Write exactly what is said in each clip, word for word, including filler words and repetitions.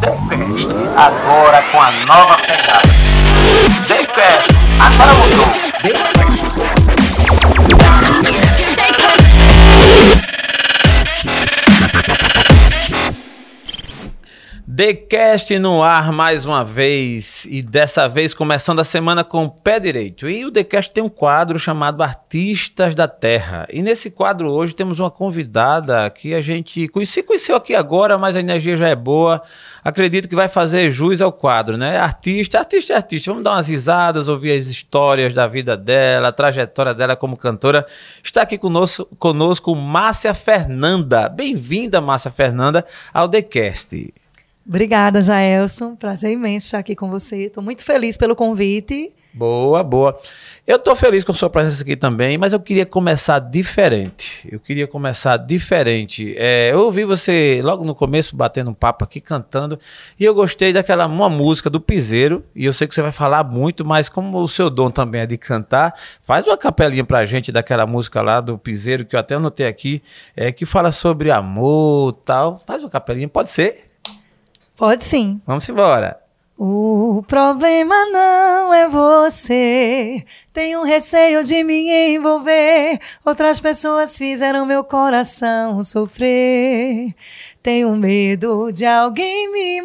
TheCast, agora com a nova pegada. TheCast, agora mudou. TheCast no ar mais uma vez, e dessa vez começando a semana com o pé direito. E o TheCast tem um quadro chamado Artistas da Terra. E nesse quadro hoje temos uma convidada que a gente se conheceu aqui agora, mas a energia já é boa. Acredito que vai fazer jus ao quadro, né? Artista, artista é artista. Vamos dar umas risadas, ouvir as histórias da vida dela, a trajetória dela como cantora. Está aqui conosco, conosco Márcia Fernanda. Bem-vinda, Márcia Fernanda, ao TheCast. Obrigada, Jaelson. Prazer imenso estar aqui com você. Estou muito feliz pelo convite. Boa, boa. Eu estou feliz com a sua presença aqui também, mas eu queria começar diferente. Eu queria começar diferente. É, eu ouvi você logo no começo batendo um papo aqui, cantando, e eu gostei daquela uma música do Piseiro, e eu sei que você vai falar muito, mas como o seu dom também é de cantar, faz uma capelinha pra gente daquela música lá do Piseiro, que eu até anotei aqui, é, que fala sobre amor e tal. Faz uma capelinha, pode ser? Pode sim. Vamos embora. O problema não é você. Tenho receio de me envolver. Outras pessoas fizeram meu coração sofrer. Tenho medo de alguém me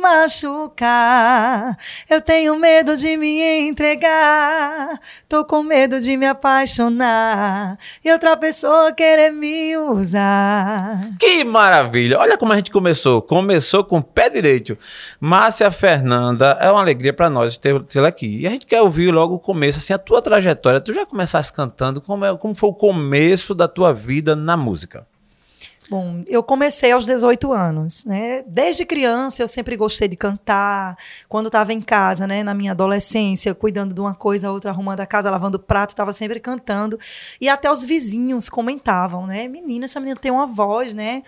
machucar. Eu tenho medo de me entregar. Tô com medo de me apaixonar e outra pessoa querer me usar. Que maravilha! Olha como a gente começou. Começou com o pé direito. Márcia Fernanda, é uma alegria para nós ter tê-la aqui. E a gente quer ouvir logo o começo, assim, a tua trajetória. Tu já começaste cantando, como, é, como foi o começo da tua vida na música? Bom, eu comecei aos dezoito anos, né? Desde criança eu sempre gostei de cantar. Quando estava em casa, né, na minha adolescência, cuidando de uma coisa, outra, arrumando a casa, lavando o prato, estava sempre cantando. E até os vizinhos comentavam, né? Menina, essa menina tem uma voz, né?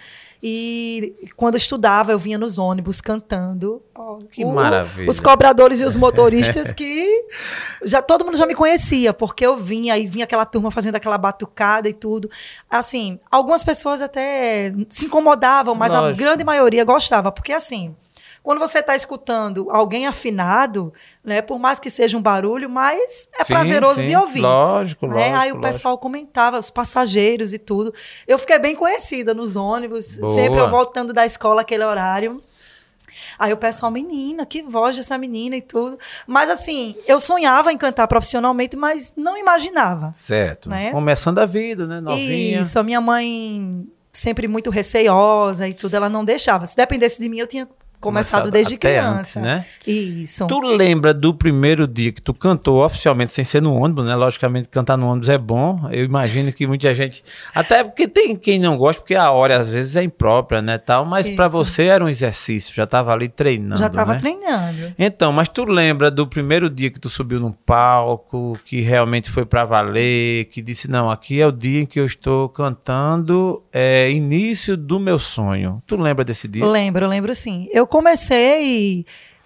E quando eu estudava, eu vinha nos ônibus cantando. Oh, que o, maravilha. Os cobradores e os motoristas que já todo mundo já me conhecia, porque eu vinha, aí vinha aquela turma fazendo aquela batucada e tudo. Assim, algumas pessoas até se incomodavam, mas Lógico. A grande maioria gostava, porque assim, quando você está escutando alguém afinado, né, por mais que seja um barulho, mas é sim, prazeroso sim. de ouvir. Lógico, né? lógico. Aí o pessoal lógico. comentava, os passageiros e tudo. Eu fiquei bem conhecida nos ônibus, Boa. sempre eu voltando da escola aquele horário. Aí o pessoal, menina, que voz dessa menina e tudo. Mas assim, eu sonhava em cantar profissionalmente, mas não imaginava. Certo. Né? Começando a vida, né? Novinha. Isso, a minha mãe sempre muito receiosa e tudo, ela não deixava. Se dependesse de mim, eu tinha começado desde criança. Antes, né? Isso. Tu lembra do primeiro dia que tu cantou oficialmente, sem ser no ônibus, né? Logicamente, cantar no ônibus é bom. Eu imagino que muita gente... Até porque tem quem não gosta, porque a hora às vezes é imprópria, né? Tal, mas para você era um exercício, já tava ali treinando, Já tava né? treinando. Então, mas tu lembra do primeiro dia que tu subiu num palco, que realmente foi para valer, que disse, não, aqui é o dia em que eu estou cantando é, início do meu sonho. Tu lembra desse dia? Lembro, lembro sim. Eu comecei,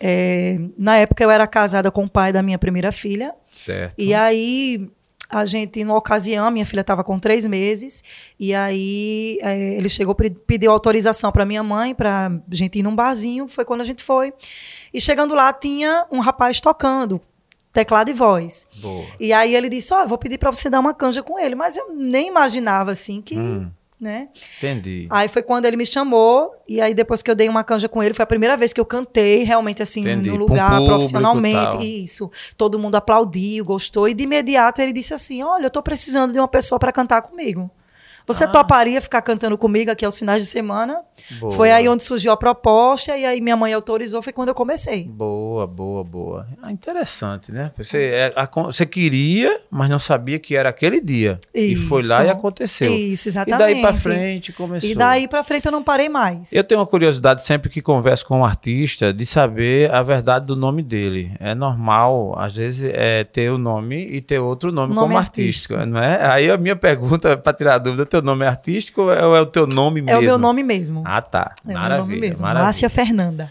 é, na época eu era casada com o pai da minha primeira filha. Certo. E aí, a gente, numa ocasião, minha filha estava com três meses, e aí é, ele chegou, pediu autorização para minha mãe, para a gente ir num barzinho, foi quando a gente foi. E chegando lá, tinha um rapaz tocando teclado e voz. Boa. E aí ele disse, ó, oh, vou pedir para você dar uma canja com ele. Mas eu nem imaginava, assim, que... Hum. Né? Entendi. Aí foi quando ele me chamou, e aí depois que eu dei uma canja com ele, foi a primeira vez que eu cantei realmente assim, Entendi. no lugar, público, profissionalmente. tal. Isso. Todo mundo aplaudiu, gostou, e de imediato ele disse assim, olha, eu tô precisando de uma pessoa para cantar comigo. Você ah. toparia ficar cantando comigo aqui aos finais de semana? Boa. Foi aí onde surgiu a proposta, e aí minha mãe autorizou, foi quando eu comecei. Boa, boa, boa. Ah, interessante, né? Você, é, a, você queria, mas não sabia que era aquele dia. Isso. E foi lá e aconteceu. Isso, exatamente. E daí pra frente começou. E daí pra frente eu não parei mais. Eu tenho uma curiosidade sempre que converso com um artista de saber a verdade do nome dele. É normal, às vezes, é, ter o nome e ter outro nome, nome como artístico, artístico, não é? Aí a minha pergunta, para tirar a dúvida, teu nome é artístico ou é o teu nome mesmo? É o meu nome mesmo. Ah, tá. É maravilha, o meu nome mesmo. Maravilha. Márcia Fernanda.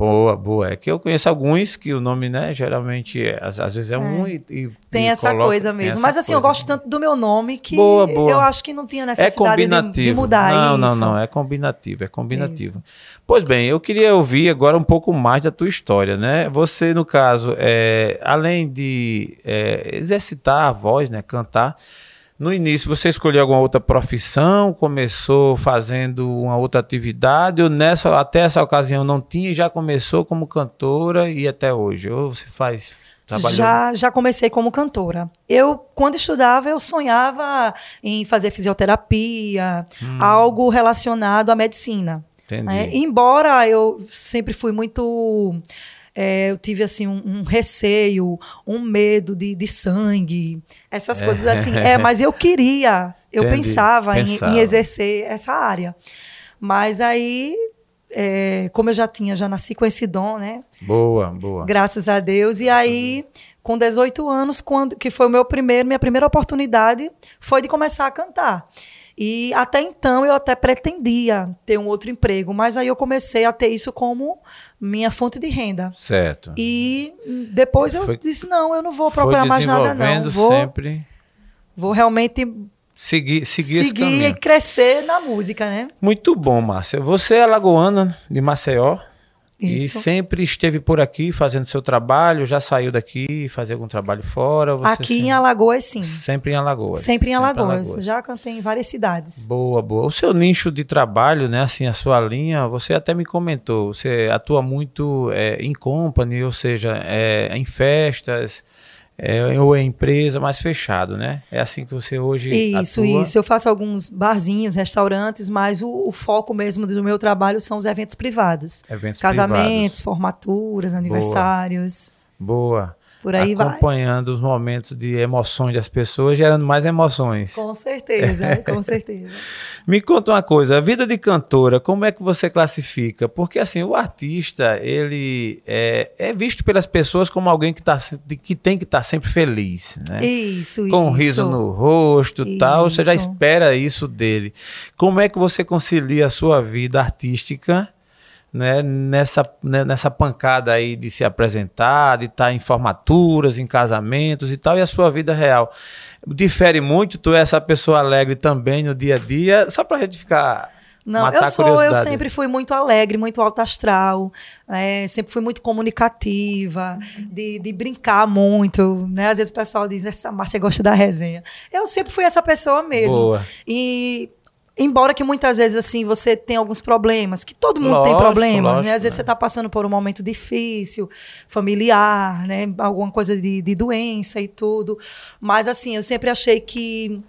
Boa, boa. É que eu conheço alguns que o nome, né, geralmente, é, às, às vezes é, é. um e, e Tem e essa coloca, coisa mesmo. essa Mas assim, coisa. eu gosto tanto do meu nome que boa, boa. eu acho que não tinha É necessidade combinativo. de, de mudar não, isso. Não, não, não. É combinativo, é combinativo. Isso. Pois bem, eu queria ouvir agora um pouco mais da tua história, né? Você, no caso, é, além de é, exercitar a voz, né, cantar, no início você escolheu alguma outra profissão, começou fazendo uma outra atividade, ou nessa, até essa ocasião não tinha e já começou como cantora e até hoje? Ou você faz... Trabalhou... Já, já comecei como cantora. Eu, quando estudava, eu sonhava em fazer fisioterapia, hum. algo relacionado à medicina. Né? Embora eu sempre fui muito... É, eu tive assim um, um receio, um medo de, de sangue, essas é. coisas assim. É, mas eu queria, eu pensava em, em exercer essa área. Mas aí, é, como eu já tinha, já nasci com esse dom, né? Boa, boa. Graças a Deus. E aí, com dezoito anos, quando, que foi o meu primeiro, minha primeira oportunidade, foi de começar a cantar. E até então eu até pretendia ter um outro emprego, mas aí eu comecei a ter isso como minha fonte de renda. Certo. E depois eu foi, disse, não, eu não vou procurar mais nada não. Vou, sempre... vou realmente seguir, seguir, seguir esse e crescer na música, né? Muito bom, Márcia. Você é alagoana de Maceió. Isso. E sempre esteve por aqui fazendo seu trabalho, já saiu daqui fazer algum trabalho fora? Você aqui sempre... em Alagoas, sim. Sempre em Alagoas. Sempre em Alagoas. Sempre Alagoas. Já cantei em várias cidades. Boa, boa. O seu nicho de trabalho, né, assim, a sua linha, você até me comentou, você atua muito é, em company, ou seja, é, em festas, é, ou em empresa mais fechado, né? É assim que você hoje Isso, atua? isso. Eu faço alguns barzinhos, restaurantes, mas o, o foco mesmo do meu trabalho são os eventos privados. Eventos Casamentos, privados. Formaturas, aniversários. Boa. Por aí vai. Acompanhando os momentos de emoções das pessoas, gerando mais emoções. Com certeza, com certeza. Me conta uma coisa, a vida de cantora, como é que você classifica? Porque assim, o artista, ele é, é visto pelas pessoas como alguém que, tá, que tem que estar tá sempre feliz, né? Isso, Com isso. um riso no rosto e tal, você já Isso. espera isso dele. Como é que você concilia a sua vida artística, né, nessa, né, nessa pancada aí de se apresentar, de estar em formaturas, em casamentos e tal, e a sua vida real? Difere muito? Tu é essa pessoa alegre também no dia a dia? Só pra gente ficar... Não, eu sou, eu sempre fui muito alegre, muito alto astral, é, sempre fui muito comunicativa, de, de brincar muito, né? Às vezes o pessoal diz, essa Márcia gosta da resenha. Eu sempre fui essa pessoa mesmo. Boa. E... Embora que muitas vezes assim você tenha alguns problemas, que todo mundo lógico, tem problemas, lógico, né? Às vezes né? você está passando por um momento difícil, familiar, né? Alguma coisa de, de doença e tudo. Mas assim, eu sempre achei que,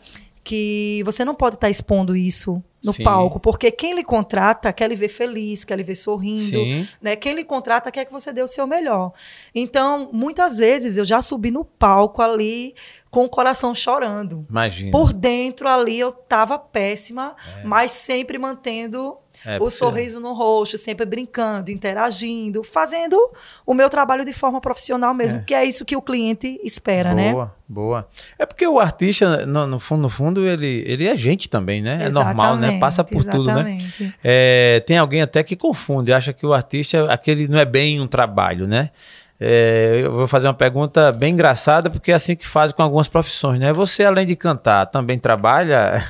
que você não pode estar expondo isso no Sim. palco, porque quem lhe contrata quer lhe ver feliz, quer lhe ver sorrindo, Sim. né? Quem lhe contrata quer que você dê o seu melhor. Então, muitas vezes eu já subi no palco ali com o coração chorando. Imagina. Por dentro ali eu tava péssima, É. mas sempre mantendo É, o porque- sorriso no rosto, sempre brincando, interagindo, fazendo o meu trabalho de forma profissional mesmo, É. que é isso que o cliente espera, né? Boa, boa. É porque o artista, no, no fundo, no fundo, ele, ele é gente também, né? É normal, né? Exatamente, Passa por tudo, né? exatamente. É, tem alguém até que confunde, acha que o artista, aquele não é bem um trabalho, né? É, eu vou fazer uma pergunta bem engraçada, porque é assim que faz com algumas profissões, né? Você, além de cantar, também trabalha?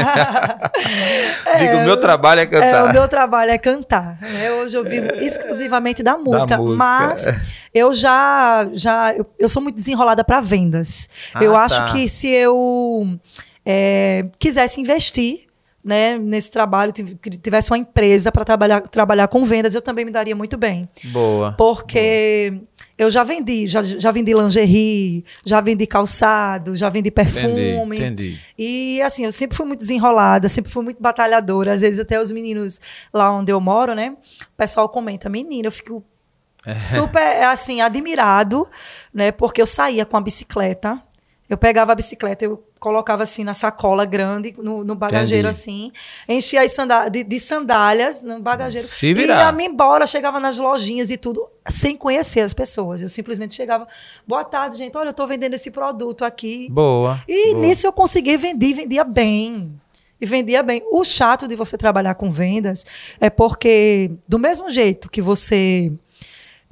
Digo, o meu trabalho é cantar. É, o meu trabalho é cantar. Né? Hoje eu vivo exclusivamente da música, música. mas eu já, já eu, eu sou muito desenrolada para vendas. Ah, eu tá. acho que se eu é, quisesse investir, né, nesse trabalho, tiv- tivesse uma empresa para trabalhar, trabalhar com vendas, eu também me daria muito bem. Boa. Porque eu já vendi, já, já vendi lingerie, já vendi calçado, já vendi perfume. Entendi, entendi. E assim, eu sempre fui muito desenrolada, sempre fui muito batalhadora. Às vezes até os meninos lá onde eu moro, né? O pessoal comenta, menina, eu fico super, assim, admirado, né? Porque eu saía com a bicicleta, eu pegava a bicicleta, eu colocava assim na sacola grande, no, no bagageiro Entendi. assim, enchia as sandá- de, de sandálias no bagageiro Se e virar. ia-me embora, chegava nas lojinhas e tudo, sem conhecer as pessoas. Eu simplesmente chegava, boa tarde, gente, olha, eu tô vendendo esse produto aqui. Boa. E boa. nisso eu consegui vender, vendia bem. E vendia bem. O chato de você trabalhar com vendas é porque, do mesmo jeito que você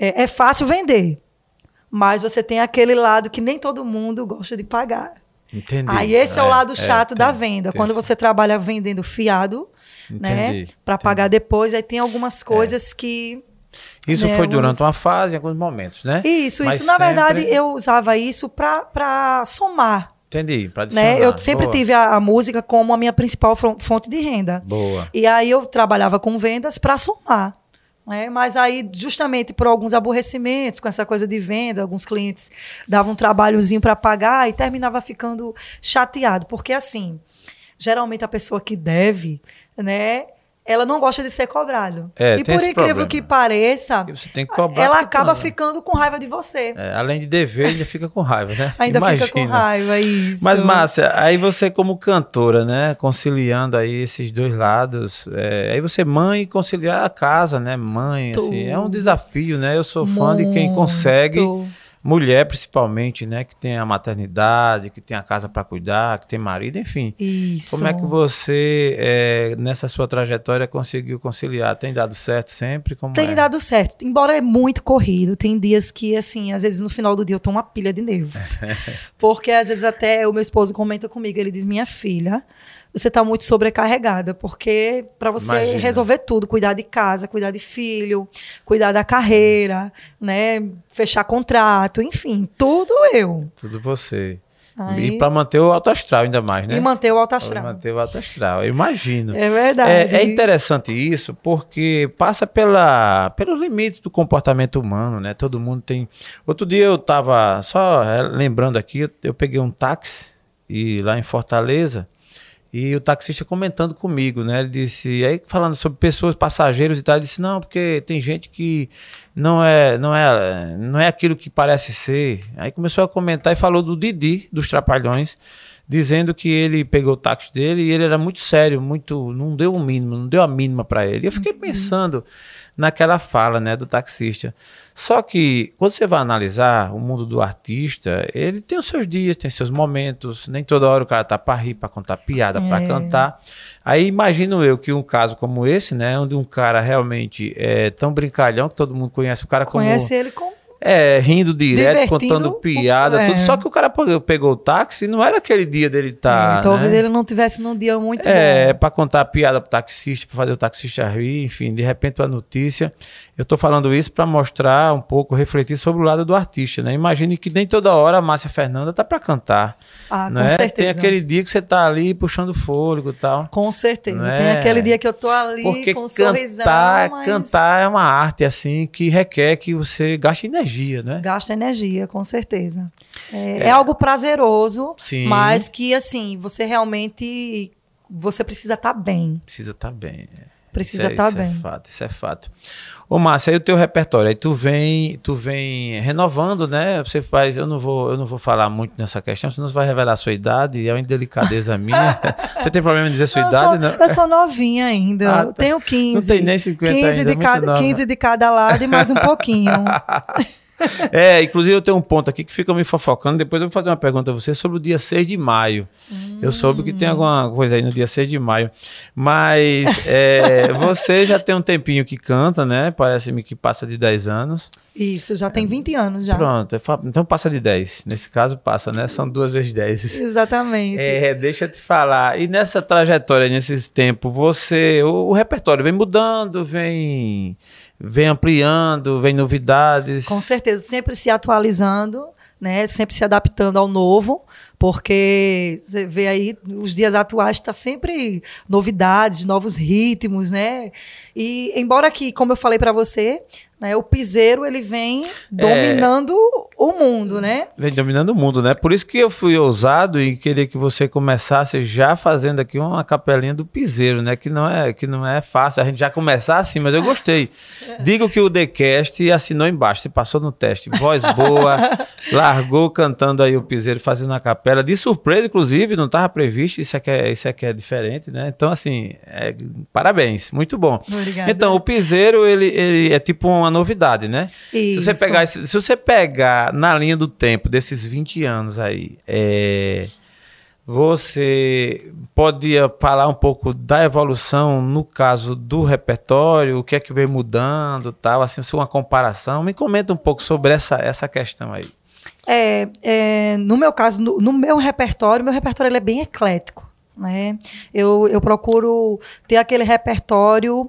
é, é fácil vender, mas você tem aquele lado que nem todo mundo gosta de pagar. Entendi. Aí esse é, é o lado chato é, da tem, venda. tem Quando isso. você trabalha vendendo fiado, Entendi, né, para pagar depois, aí tem algumas coisas é. que... Isso né, foi durante umas... uma fase, em alguns momentos, né? Isso, Mas isso. Na sempre... verdade, eu usava isso para somar. Entendi, para adicionar. Né? Eu sempre Boa. tive a, a música como a minha principal fonte de renda. Boa. E aí eu trabalhava com vendas para somar. Né? Mas aí, justamente por alguns aborrecimentos com essa coisa de venda, alguns clientes davam um trabalhozinho para pagar e terminava ficando chateado. Porque, assim, geralmente a pessoa que deve, né, ela não gosta de ser cobrado. É, e por incrível problema. que pareça, você tem que cobrar ela tudo, acaba né? ficando com raiva de você. É, além de dever, ainda fica com raiva, né? Ainda Imagina. fica com raiva, isso. Mas, Márcia, aí você como cantora, né? Conciliando aí esses dois lados. É, aí você mãe e conciliar a casa, né? Mãe, assim, é um desafio, né? Eu sou fã Muito. de quem consegue... Mulher, principalmente, né? Que tem a maternidade, que tem a casa para cuidar, que tem marido, enfim. Isso. Como é que você, é, nessa sua trajetória, conseguiu conciliar? Tem dado certo sempre? Como tem é? dado certo. Embora é muito corrido, tem dias que, assim, às vezes no final do dia eu tô uma pilha de nervos. Porque às vezes até o meu esposo comenta comigo, ele diz, minha filha, você tá muito sobrecarregada, porque para você Imagina. resolver tudo, cuidar de casa, cuidar de filho, cuidar da carreira, né, fechar contrato, enfim, tudo eu. Tudo você. Aí... E para manter o alto astral ainda mais, né? E manter o alto astral. Pra manter o alto astral, eu imagino. É verdade. É, é interessante isso, porque passa pela, pelo limite do comportamento humano, né? Todo mundo tem... Outro dia eu tava, só lembrando aqui, eu, eu peguei um táxi e lá em Fortaleza, e o taxista comentando comigo, né? Ele disse, aí falando sobre pessoas, passageiros e tal, ele disse, não, porque tem gente que não é, não é, não é aquilo que parece ser. Aí começou a comentar e falou do Didi, dos Trapalhões, dizendo que ele pegou o táxi dele e ele era muito sério, muito, não deu o mínimo, não deu a mínima para ele. E eu fiquei pensando naquela fala, né, do taxista. Só que, quando você vai analisar o mundo do artista, ele tem os seus dias, tem seus momentos, nem toda hora o cara tá para rir, para contar piada, é. para cantar. Aí imagino eu que um caso como esse, né, onde um cara realmente é tão brincalhão, que todo mundo conhece o cara como... Conhece ele como... É, rindo direto, contando piada, é. tudo. Só que o cara pegou o táxi, não era aquele dia dele estar. Tá, é, talvez né? ele não tivesse num dia muito é, bom. É, pra contar piada pro taxista, pra fazer o taxista rir, enfim, de repente a notícia. Eu tô falando isso pra mostrar um pouco, refletir sobre o lado do artista, né? Imagine que nem toda hora a Márcia Fernanda tá pra cantar. Ah, né? com certeza. Tem aquele dia que você tá ali puxando fôlego e tal. Com certeza. Né? Tem aquele dia que eu tô ali porque com um cantar, sorrisão. Mas... cantar é uma arte, assim, que requer que você gaste energia, né? Gasta energia, com certeza. É, é. é algo prazeroso, Sim. mas que, assim, você realmente... Você precisa estar tá bem. Precisa estar tá bem. Precisa estar tá bem. Isso é fato, isso é fato. Ô, Márcia, aí o teu repertório, aí tu vem, tu vem renovando, né? Você faz, eu não vou, eu não vou falar muito nessa questão, senão você vai revelar a sua idade, é uma indelicadeza minha. Você tem problema em dizer sua eu idade, sou, não? Eu sou novinha ainda, ah, tá. Tenho quinze. Não tem nem cinquenta quinze ainda, de cada, quinze de cada lado e mais um pouquinho. É, inclusive eu tenho um ponto aqui que fica me fofocando. Depois eu vou fazer uma pergunta a você sobre o dia seis de maio. Hum. Eu soube que tem alguma coisa aí no dia seis de maio. Mas é, você já tem um tempinho que canta, né? Parece-me que passa de dez anos. Isso, já tem vinte anos já. Pronto, então passa de dez. Nesse caso passa, né? São duas vezes dez. Exatamente. É, deixa eu te falar. E nessa trajetória, nesse tempo, você... O, o repertório vem mudando, vem... Vem ampliando, vem novidades. Com certeza, sempre se atualizando, né? Sempre se adaptando ao novo, porque você vê aí, os dias atuais está sempre novidades, novos ritmos, né? E embora que, como eu falei para você, né, o piseiro ele vem dominando é, o mundo, né? Vem dominando o mundo, né? Por isso que eu fui ousado e queria que você começasse já fazendo aqui uma capelinha do piseiro, né? Que não é, que não é fácil a gente já começar assim, mas eu gostei. Digo que o TheCast assinou embaixo, você passou no teste, voz boa, largou cantando aí o piseiro, fazendo a capela, de surpresa, inclusive, não estava previsto, isso aqui é, isso aqui é diferente, né? Então, assim, é, parabéns, muito bom. Obrigada. Então, o piseiro, ele, ele é tipo uma novidade, né? Isso. Se você pegar, se você pegar na linha do tempo desses vinte anos aí, é, Você podia falar um pouco da evolução no caso do repertório, o que é que veio mudando, tal, assim, uma comparação. Me comenta um pouco sobre essa, essa questão aí. É, é, no meu caso, no, no meu repertório, meu repertório ele é bem eclético, né? Eu, eu procuro ter aquele repertório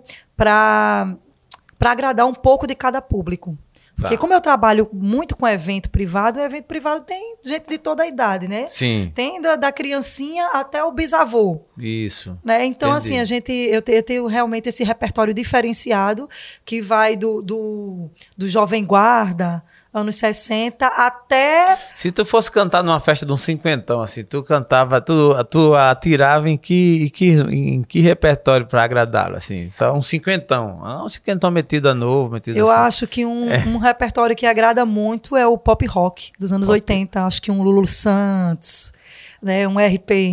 para para agradar um pouco de cada público. Porque Tá. como eu trabalho muito com evento privado, o evento privado tem gente de toda a idade, né? Sim. Tem da, da criancinha até o bisavô. Isso. Né? Então, Entendi. assim, a gente, eu, te, eu tenho realmente esse repertório diferenciado que vai do, do, do Jovem Guarda, anos sessenta, até... Se tu fosse cantar numa festa de um cinquentão, assim, tu cantava, tu, tu atirava em que, em que, em que repertório para agradá-lo, assim? Só um cinquentão. Ah, um cinquentão metido a novo, metido Eu assim. acho que um, é. um repertório que agrada muito é o pop rock dos anos pop. oitenta. Acho que um Lulu Santos, né, um R P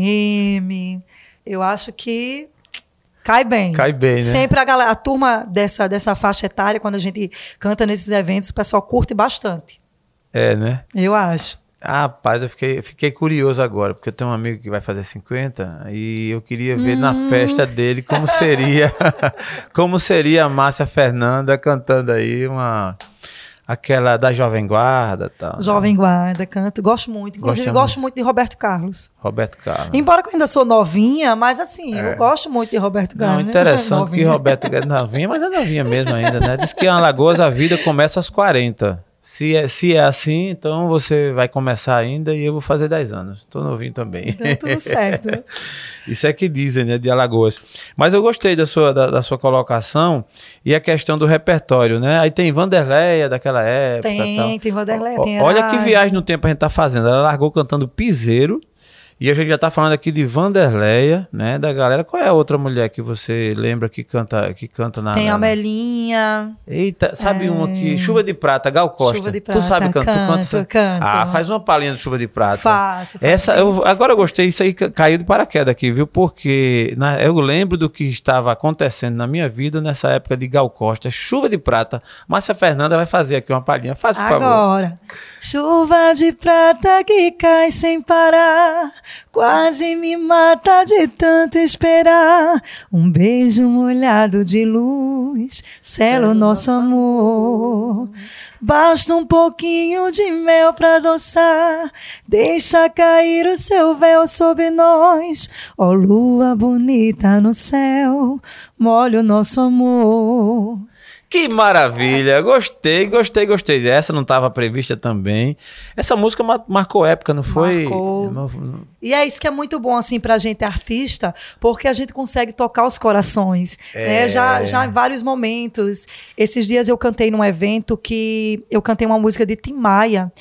M. Eu acho que cai bem. Cai bem, né? Sempre a, galera, a turma dessa, dessa faixa etária, quando a gente canta nesses eventos, o pessoal curte bastante. É, né? Eu acho. Ah, rapaz, eu fiquei, fiquei curioso agora, porque eu tenho um amigo que vai fazer cinquenta e eu queria ver hum. na festa dele como seria como seria a Márcia Fernanda cantando aí uma... Aquela da Jovem Guarda e tal. Jovem Guarda, canto. Gosto muito. Inclusive, Gosta gosto muito. muito de Roberto Carlos. Roberto Carlos. Embora eu ainda sou novinha, mas assim, é. eu gosto muito de Roberto Carlos. Não, interessante que Roberto é novinha, mas é novinha mesmo ainda, né? Diz que em Alagoas a vida começa aos quarenta. Se é, se é assim, então você vai começar ainda e eu vou fazer dez anos. Tô novinho também. Então tudo certo. Isso é que dizem, né, de Alagoas. Mas eu gostei da sua, da, da sua colocação e a questão do repertório, né? Aí tem Vanderleia daquela época. Tem, tal. tem Vanderleia, o, tem Olha que viagem no tempo a gente tá fazendo. Ela largou cantando Piseiro. E a gente já tá falando aqui de Vanderleia, né, da galera. Qual é a outra mulher que você lembra que canta, que canta na... Tem na... a Melinha. Eita, sabe é... uma que... Chuva de Prata, Gal Costa. Chuva de Prata, tu sabe cantar? canto, tu canta... canto. Ah, faz uma palhinha de Chuva de Prata. Faço, faço. Essa, eu, agora eu gostei, isso aí caiu de paraquedas aqui, viu? Porque na, eu lembro do que estava acontecendo na minha vida nessa época de Gal Costa. Chuva de Prata. Márcia Fernanda vai fazer aqui uma palhinha. Faz, por agora. favor. Agora. Chuva de prata que cai sem parar, quase me mata de tanto esperar. Um beijo molhado de luz sela o nosso amor. Basta um pouquinho de mel pra adoçar, deixa cair o seu véu sobre nós. Ó oh, lua bonita no céu, molha o nosso amor. Que maravilha, gostei, gostei, gostei. Essa não estava prevista também. Essa música marcou época, não foi? Marcou. E é isso que é muito bom, assim, pra gente artista, porque a gente consegue tocar os corações, é. né? Já, já em vários momentos. Esses dias eu cantei num evento que eu cantei uma música de Tim Maia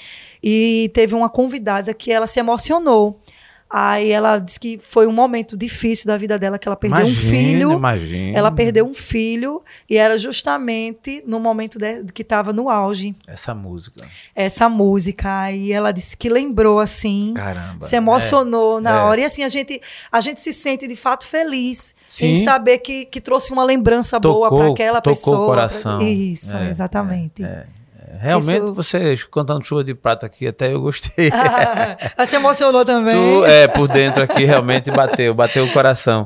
e teve uma convidada que ela se emocionou. Aí ela disse que foi um momento difícil da vida dela, que ela perdeu imagina, um filho. Imagina. Ela perdeu um filho e era justamente no momento de, que estava no auge. Essa música. Essa música. E ela disse que lembrou, assim. Caramba. Se emocionou é, na é. hora. E assim, a gente, a gente se sente de fato feliz Sim. em saber que, que trouxe uma lembrança tocou, boa para aquela tocou pessoa. Tocou o coração. Pra... Isso, é, exatamente. É, é. Realmente, Isso... você cantando Chuva de Prata aqui, até eu gostei. Ah, se emocionou também. Tu, é, por dentro aqui, realmente bateu, bateu o coração.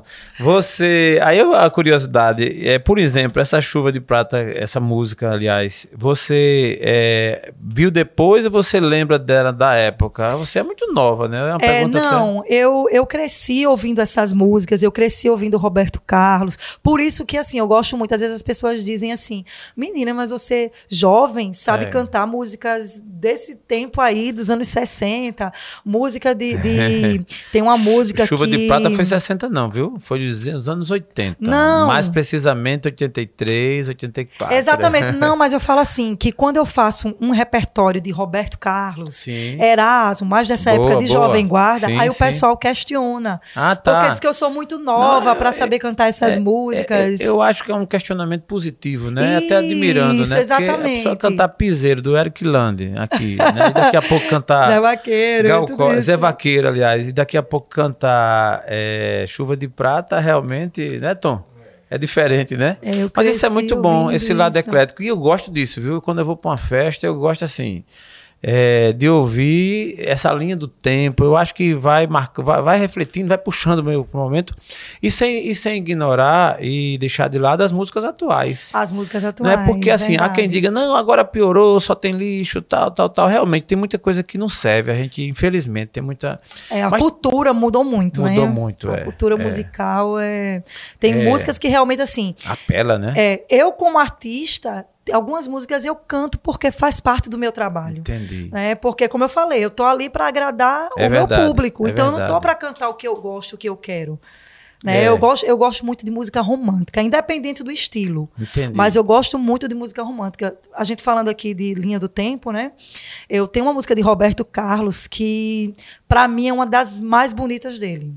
Você, aí a curiosidade, é, por exemplo, essa Chuva de Prata, essa música, aliás, você é, viu depois ou você lembra dela da época? Você é muito nova, né? É uma é, pergunta não, que... eu, eu cresci ouvindo essas músicas, eu cresci ouvindo Roberto Carlos, por isso que, assim, eu gosto muito, às vezes as pessoas dizem assim, menina, mas você jovem, sabe? É. Cantar músicas desse tempo aí, dos anos sessenta, música de... de tem uma música Chuva que... de Prata foi sessenta não, viu? Foi dos anos oitenta. Não. Mais precisamente oitenta e três, oitenta e quatro. Exatamente. Não, mas eu falo assim, que quando eu faço um, um repertório de Roberto Carlos, sim. Erasmo, mais dessa boa, época de boa. Jovem Guarda, sim, aí o pessoal sim. questiona. Ah, tá. Porque diz que eu sou muito nova para saber cantar essas é, músicas. É, é, eu acho que é um questionamento positivo, né? Isso, até admirando, né? Exatamente. Porque a pessoa cantar Piseiro, do Eric Lande, aqui, né? E daqui a pouco cantar... Zé Vaqueiro. Gal Co... Zé Vaqueiro, aliás. E daqui a pouco cantar é, Chuva de Prata, realmente, né, Tom? É diferente, né? É, mas isso é muito bom, esse lado eclético. E eu gosto disso, viu? Quando eu vou para uma festa, eu gosto assim... É, de ouvir essa linha do tempo. Eu acho que vai, marca, vai, vai refletindo, vai puxando o meu momento e sem, e sem ignorar e deixar de lado as músicas atuais. As músicas atuais. Não é porque assim, verdade. há quem diga, não, agora piorou, só tem lixo, tal, tal, tal. Realmente tem muita coisa que não serve. A gente, infelizmente, tem muita. É, a Mas cultura mudou muito, mudou né? Mudou muito, a é. A cultura é. musical é. Tem É. músicas que realmente assim. Apela, né? É, eu, como artista, algumas músicas eu canto porque faz parte do meu trabalho. Entendi. Né? Porque, como eu falei, eu tô ali para agradar É o verdade, meu público. é Então, verdade. eu não tô para cantar o que eu gosto, o que eu quero. Né? É. Eu, gosto, eu gosto muito de música romântica, independente do estilo. Entendi. Mas eu gosto muito de música romântica. A gente falando aqui de linha do tempo, né? Eu tenho uma música de Roberto Carlos que, para mim, é uma das mais bonitas dele.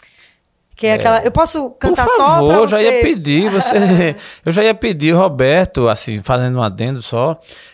Que é, é aquela. Eu posso cantar Por só favor, pra eu já você? ia pedir, você, eu já ia pedir, Roberto, assim, fazendo um adendo só.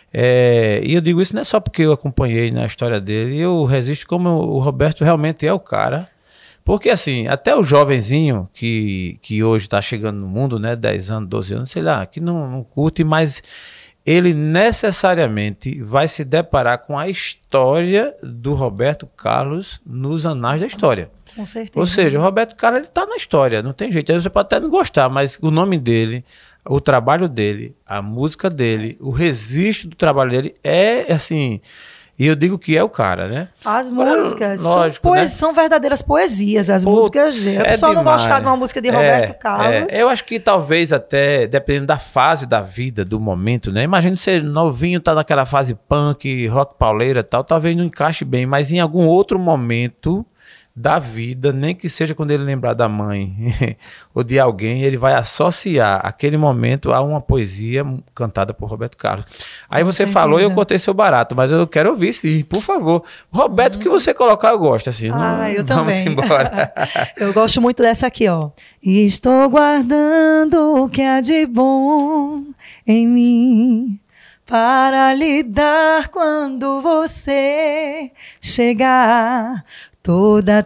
É, e eu digo isso não é só porque eu acompanhei na história dele, eu resisto como o Roberto realmente é o cara. Porque assim, até o jovenzinho que, que hoje está chegando no mundo, né, dez anos, doze anos, sei lá, que não, não curte, mas ele necessariamente vai se deparar com a história do Roberto Carlos nos anais da história. Com certeza. Ou seja, o Roberto Carlos ele está na história, não tem jeito. Aí você pode até não gostar, mas o nome dele, o trabalho dele, a música dele, o registro do trabalho dele é assim. E eu digo que é o cara, né? As Agora, músicas lógico, são, poe- né? são verdadeiras poesias, as Putz, músicas dele. A é pessoa não demais. gostar de uma música de É, Roberto Carlos. é. Eu acho que talvez até, dependendo da fase da vida, do momento, né? Imagina você novinho, tá naquela fase punk, rock pauleira e tal, talvez não encaixe bem, mas em algum outro momento da vida, nem que seja quando ele lembrar da mãe ou de alguém, ele vai associar aquele momento a uma poesia cantada por Roberto Carlos. Aí Com você certeza. falou e eu cortei seu barato, mas eu quero ouvir sim, por favor. Roberto, o que você colocar eu gosto, assim. Ah, não, eu vamos também. embora. Eu gosto muito dessa aqui, ó. Estou guardando o que há de bom em mim para lhe dar quando você chegar. Toda a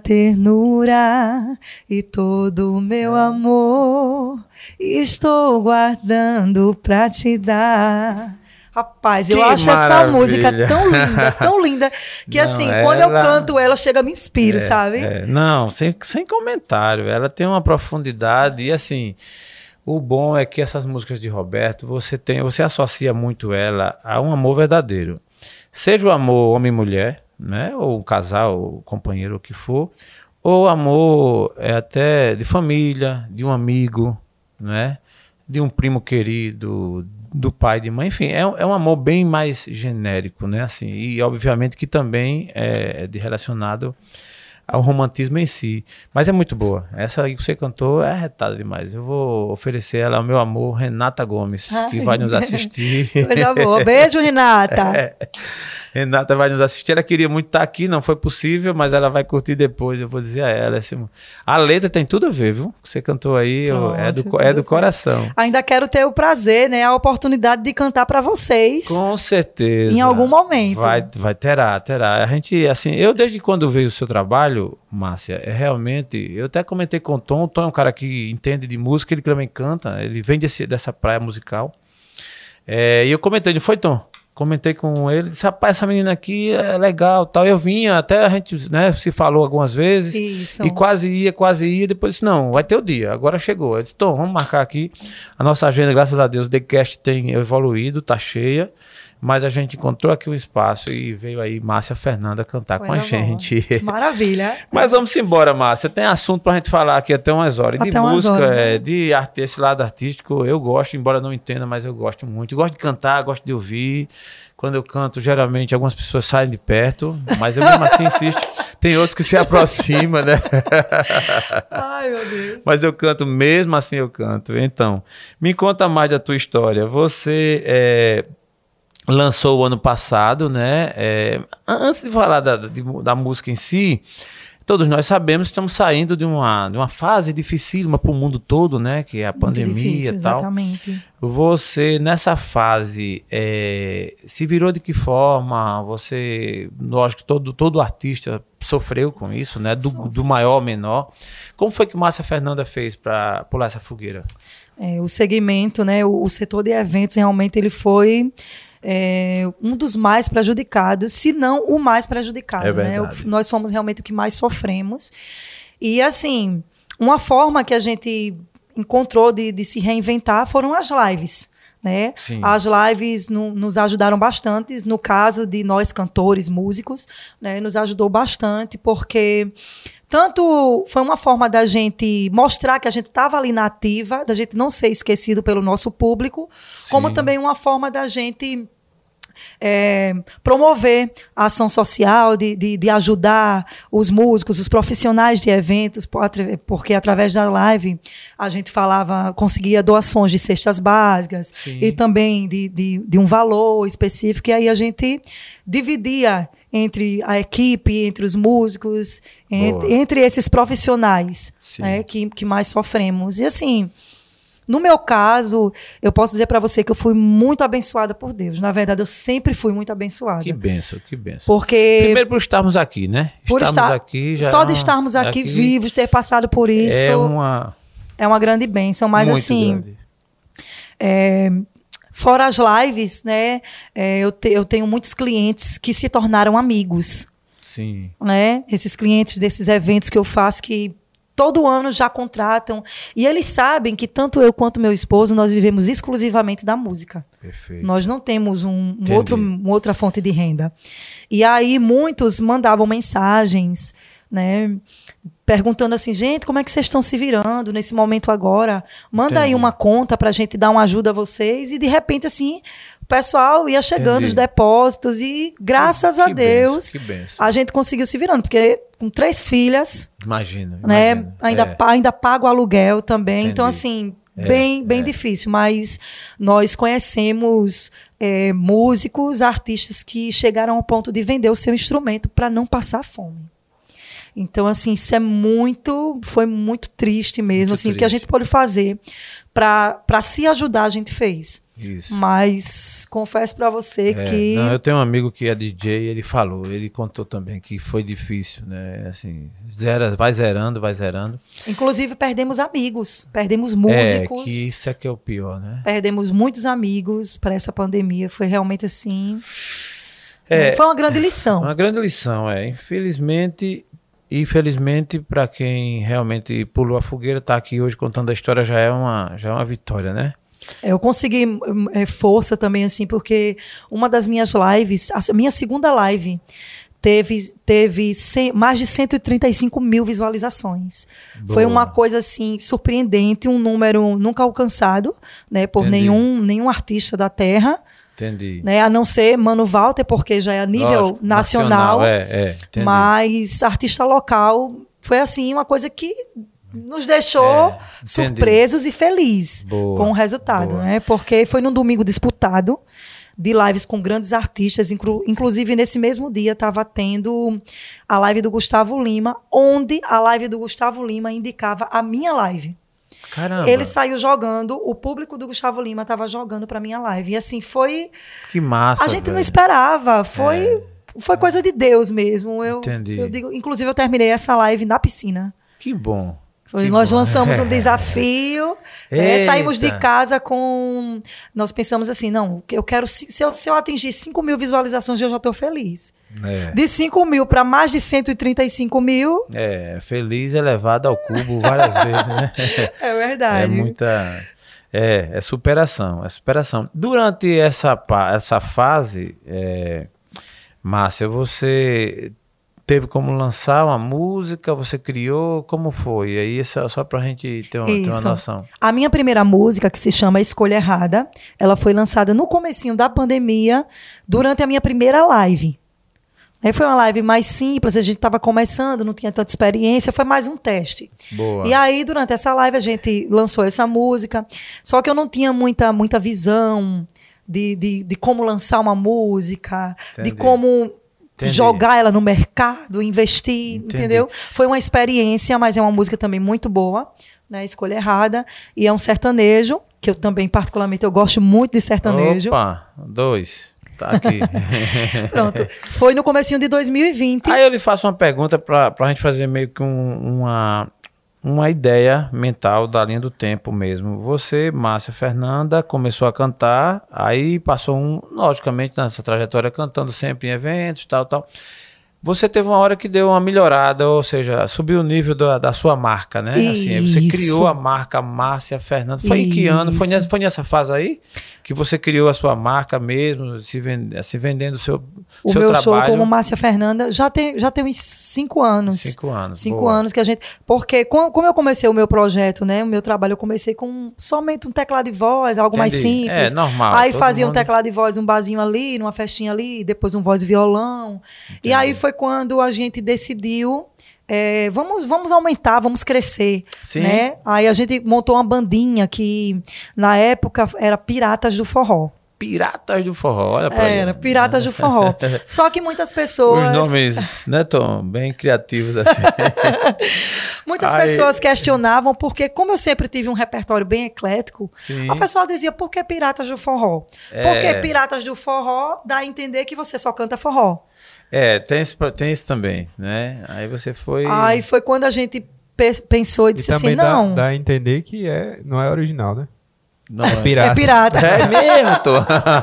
ternura e todo o meu amor estou guardando pra te dar. Rapaz, eu Que acho essa maravilha. música tão linda, tão linda, que Não, assim, quando eu ela- canto ela, chega, me inspiro, É, sabe? é. Não, sem, sem comentário. Ela tem uma profundidade e assim, o bom é que essas músicas de Roberto, você tem, você associa muito ela a um amor verdadeiro. Seja o amor homem e mulher, né, ou um casal, ou companheiro, o que for, ou amor é até de família, de um amigo, né, de um primo querido, do pai, de mãe, enfim, é, é um amor bem mais genérico, né, assim, e obviamente que também é de relacionado ao romantismo em si, mas é muito boa. Essa aí que você cantou é arretada demais. Eu vou oferecer ela ao meu amor, Renata Gomes, Ai, que vai nos assistir. Coisa boa. Beijo, Renata. É. Renata vai nos assistir. Ela queria muito estar aqui, não foi possível, mas ela vai curtir depois. Eu vou dizer a ela. Assim, a letra tem tudo a ver, viu? Você cantou aí, eu- é do, Pronto, é do tudo coração. Ainda quero ter o prazer, né, a oportunidade de cantar pra vocês. Com certeza. Em algum momento. Vai, vai, terá, terá. A gente, assim, eu desde quando vejo o seu trabalho, Márcia, é realmente, eu até comentei com o Tom, o Tom é um cara que entende de música, ele também canta, ele vem desse, dessa praia musical. É, e eu comentei, não foi, Tom? Comentei com ele, disse, rapaz, essa menina aqui é legal, tal. Eu vinha, até a gente, né, se falou algumas vezes. Isso. E quase ia, quase ia. Depois disse, não, vai ter o dia. Agora chegou. Eu disse, Tom, vamos marcar aqui. A nossa agenda, graças a Deus, o The Cast tem evoluído, tá cheia. Mas a gente encontrou aqui um espaço e veio aí Márcia Fernanda cantar com a Coisa boa. gente. Maravilha. Mas vamos embora, Márcia. Tem assunto pra gente falar aqui até umas horas. De Até umas música, horas, né? é, de arte, esse lado artístico, eu gosto, embora não entenda, mas eu gosto muito. Eu gosto de cantar, gosto de ouvir. Quando eu canto, geralmente algumas pessoas saem de perto, mas eu mesmo assim insisto. Tem outros que se aproximam, né? Ai, meu Deus. Mas eu canto, mesmo assim eu canto. Então, me conta mais da tua história. Você é, lançou o ano passado, né? É, antes de falar da, de- da música em si, todos nós sabemos que estamos saindo de uma, de uma fase dificílima para o mundo todo, né? Que é a Muito pandemia difícil, e tal. exatamente. Você, nessa fase, é, se virou de que forma? Você, lógico, todo, todo artista sofreu com isso, né? Do, do maior ao menor. Como foi que Márcia Fernanda fez para pular essa fogueira? É, o segmento, né, o, o setor de eventos realmente ele foi é, um dos mais prejudicados, se não o mais prejudicado. É né? verdade. Nós somos realmente o que mais sofremos. E, assim, uma forma que a gente encontrou de, de se reinventar foram as lives. Né? As lives no, nos ajudaram bastante. No caso de nós, cantores, músicos, né? Nos ajudou bastante, porque tanto foi uma forma da gente mostrar que a gente estava ali na ativa, da gente não ser esquecido pelo nosso público, Sim. como também uma forma da gente é, promover a ação social, de, de, de ajudar os músicos, os profissionais de eventos, porque através da live a gente falava, conseguia doações de cestas básicas Sim. e também de, de, de um valor específico, e aí a gente dividia entre a equipe, entre os músicos, entre, entre esses profissionais, né, que, que mais sofremos. E assim, no meu caso, eu posso dizer para você que eu fui muito abençoada por Deus. Na verdade, eu sempre fui muito abençoada. Que bênção, que bênção. Porque primeiro por estarmos aqui, né? Por estarmos estar, aqui já só de estarmos aqui, aqui vivos, ter passado por isso, é uma, é uma grande bênção. Mas muito assim, grande. É, fora as lives, né? É, eu, te, eu tenho muitos clientes que se tornaram amigos. Sim. Né? Esses clientes desses eventos que eu faço que todo ano já contratam. E eles sabem que tanto eu quanto meu esposo, nós vivemos exclusivamente da música. Perfeito. Nós não temos um, um outro, uma outra fonte de renda. E aí muitos mandavam mensagens, né, perguntando assim, gente, como é que vocês estão se virando nesse momento agora? Manda Entendi. Aí uma conta para a gente dar uma ajuda a vocês. E de repente, assim, o pessoal ia chegando Entendi. Os depósitos e graças que, a que Deus benção, que benção. A gente conseguiu se virando, porque com três filhas, imagina, né, imagina. Ainda, é. ainda pago aluguel também. Entendi. Então, assim, é, bem, bem é. difícil. Mas nós conhecemos é, músicos, artistas que chegaram ao ponto de vender o seu instrumento para não passar fome. Então, assim, isso é muito, foi muito triste mesmo. Muito assim, triste. O que a gente pôde fazer para se ajudar, a gente fez. Isso. Mas confesso para você é, que... Não, eu tenho um amigo que é D J, ele falou, ele contou também que foi difícil, né? Assim, zera, vai zerando, vai zerando. Inclusive, perdemos amigos, perdemos músicos. É, que isso é que é o pior, né? Perdemos muitos amigos para essa pandemia. Foi realmente assim... É, foi uma grande lição. Uma grande lição, é. Infelizmente... Infelizmente, para quem realmente pulou a fogueira, tá aqui hoje contando a história já é uma, já é uma vitória, né? Eu consegui é, força também, assim, porque uma das minhas lives, a minha segunda live, teve, teve cem, mais de cento e trinta e cinco mil visualizações. Boa. Foi uma coisa, assim, surpreendente, um número nunca alcançado, né, por nenhum, nenhum artista da Terra. Entendi. Né, a não ser Mano Walter, porque já é a nível Lógico, nacional, nacional é, é, mas artista local foi assim uma coisa que nos deixou é, surpresos e felizes boa, com o resultado, né? Porque foi num domingo disputado de lives com grandes artistas, inclu inclusive nesse mesmo dia estava tendo a live do Gustavo Lima, onde a live do Gustavo Lima indicava a minha live. Caramba. Ele saiu jogando, o público do Gustavo Lima estava jogando para minha live. E assim, foi... Que massa, a gente velho. Não esperava, foi, é. foi coisa de Deus mesmo. Eu, Entendi. Eu digo, inclusive, eu terminei essa live na piscina. Que bom. Foi, que nós bom. lançamos um desafio, é, saímos de casa com... Nós pensamos assim, não, eu quero... Se eu, se eu atingir cinco mil visualizações, eu já estou feliz. É. De cinco mil para mais de cento e trinta e cinco mil... É, feliz elevado ao cubo várias vezes, né? É verdade. É muita... É, é superação, é superação. Durante essa, essa fase, é, Márcia, você... Teve como lançar uma música, você criou, como foi? E aí, só, só pra gente ter uma, ter uma noção. A minha primeira música, que se chama Escolha Errada, ela foi lançada no comecinho da pandemia, durante a minha primeira live. Aí foi uma live mais simples, a gente estava começando, não tinha tanta experiência, foi mais um teste. Boa. E aí, durante essa live, a gente lançou essa música, só que eu não tinha muita, muita visão de, de, de como lançar uma música, Entendi. De como... Entendi. Jogar ela no mercado, investir, Entendi. Entendeu? Foi uma experiência, mas é uma música também muito boa, né? Escolha Errada. E é um sertanejo, que eu também, particularmente, eu gosto muito de sertanejo. Opa, dois. Tá aqui. Pronto. Foi no comecinho de dois mil e vinte. Aí eu lhe faço uma pergunta para a gente fazer meio que um, uma, uma ideia mental da linha do tempo mesmo. Você, Márcia Fernanda, começou a cantar, aí passou um, logicamente, nessa trajetória cantando sempre em eventos, tal, tal. Você teve uma hora que deu uma melhorada, ou seja, subiu o nível da, da sua marca, né? Assim, você criou a marca Márcia Fernanda. Foi em que ano? Foi nessa, foi nessa fase aí que você criou a sua marca mesmo, se, vend, se vendendo o seu, o seu meu trabalho? show como Márcia Fernanda já tem, já tem uns cinco anos. Cinco anos. Cinco boa. anos que a gente... Porque como, como eu comecei o meu projeto, né? O meu trabalho, eu comecei com somente um teclado de voz, algo Entendi. mais simples. É, normal. Aí fazia mundo... um teclado de voz, um barzinho ali, numa festinha ali, depois um voz e violão. Entendi. E aí foi quando a gente decidiu, é, vamos, vamos aumentar, vamos crescer, Sim. né? Aí a gente montou uma bandinha que na época era Piratas do Forró. Piratas do Forró, olha pra Era, aí. Piratas do Forró. Só que muitas pessoas... Os nomes, né, Tom? Bem criativos assim. Muitas Aí... pessoas questionavam, porque como eu sempre tive um repertório bem eclético, Sim. a pessoa dizia, por que Piratas do Forró? É. Porque Piratas do Forró dá a entender que você só canta forró. É, tem isso, tem isso também, né? Aí você foi... Aí foi quando a gente pe- pensou e disse e assim, também dá, não... dá a entender que é, não é original, né? Não, é pirata. É pirata. É mesmo, Tom?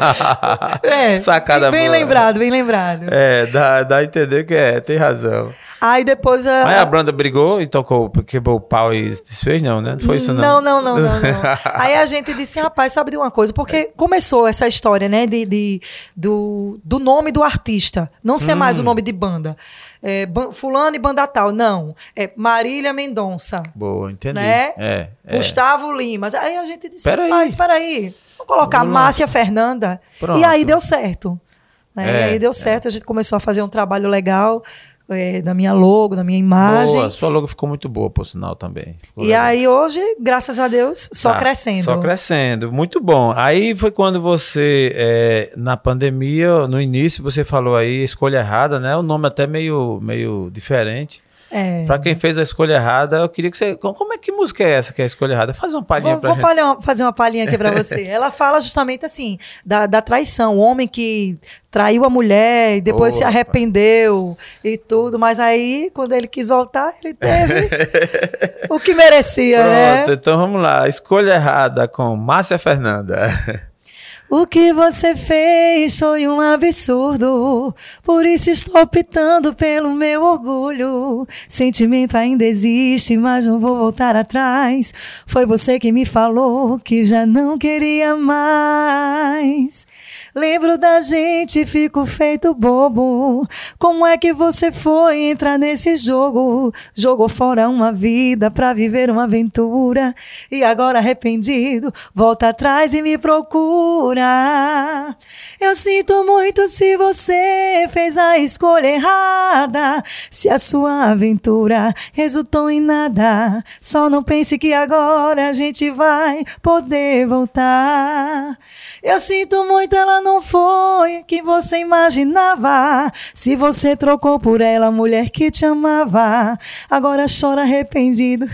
É, Sacada bem boa. lembrado, bem lembrado. É, dá, dá a entender que é, tem razão. Aí depois... A... Mas a banda brigou e tocou, quebrou o pau e desfez, não, né? Não foi isso, Não, não? não, não, não, não. Aí a gente disse, rapaz, sabe de uma coisa? Porque começou essa história, né, de, de, do, do nome do artista. Não ser Hum. mais o nome de banda. É, ban- fulano e banda tal. Não. É Marília Mendonça. Boa, entendi. Né? É, é. Gustavo Lima. Aí a gente disse, Pera aí. rapaz, espera aí. Vamos colocar Vamos lá. Márcia Fernanda. Pronto. E aí deu certo. Né? É, e aí deu certo. A gente começou a fazer um trabalho legal é, da minha logo, da minha imagem. Boa, sua logo ficou muito boa, por sinal, também. Ficou E legal. aí hoje, graças a Deus, só Tá, crescendo. Só crescendo, muito bom. Aí foi quando você, é, na pandemia, no início, você falou aí escolha errada, né? O nome até meio, meio diferente. É. Pra quem fez a escolha errada, eu queria que você... Como é que música é essa que é a escolha errada? Faz uma palhinha Vou, pra vou gente. fazer uma, fazer uma palhinha aqui pra você. Ela fala justamente assim, da, da traição. O homem que traiu a mulher e depois Boa, se arrependeu e tudo. Mas aí, quando ele quis voltar, ele teve o que merecia, né? Pronto, então vamos lá. Escolha errada com Márcia Fernanda. O que você fez foi um absurdo, por isso estou optando pelo meu orgulho. Sentimento ainda existe, mas não vou voltar atrás. Foi você que me falou que já não queria mais. Lembro da gente, fico feito bobo. Como é que você foi entrar nesse jogo? Jogou fora uma vida pra viver uma aventura. E agora arrependido, volta atrás e me procura. Eu sinto muito se você fez a escolha errada. Se a sua aventura resultou em nada. Só não pense que agora a gente vai poder voltar. Eu sinto muito, ela não foi quem você imaginava. Se você trocou por ela a mulher que te amava, agora chora arrependido.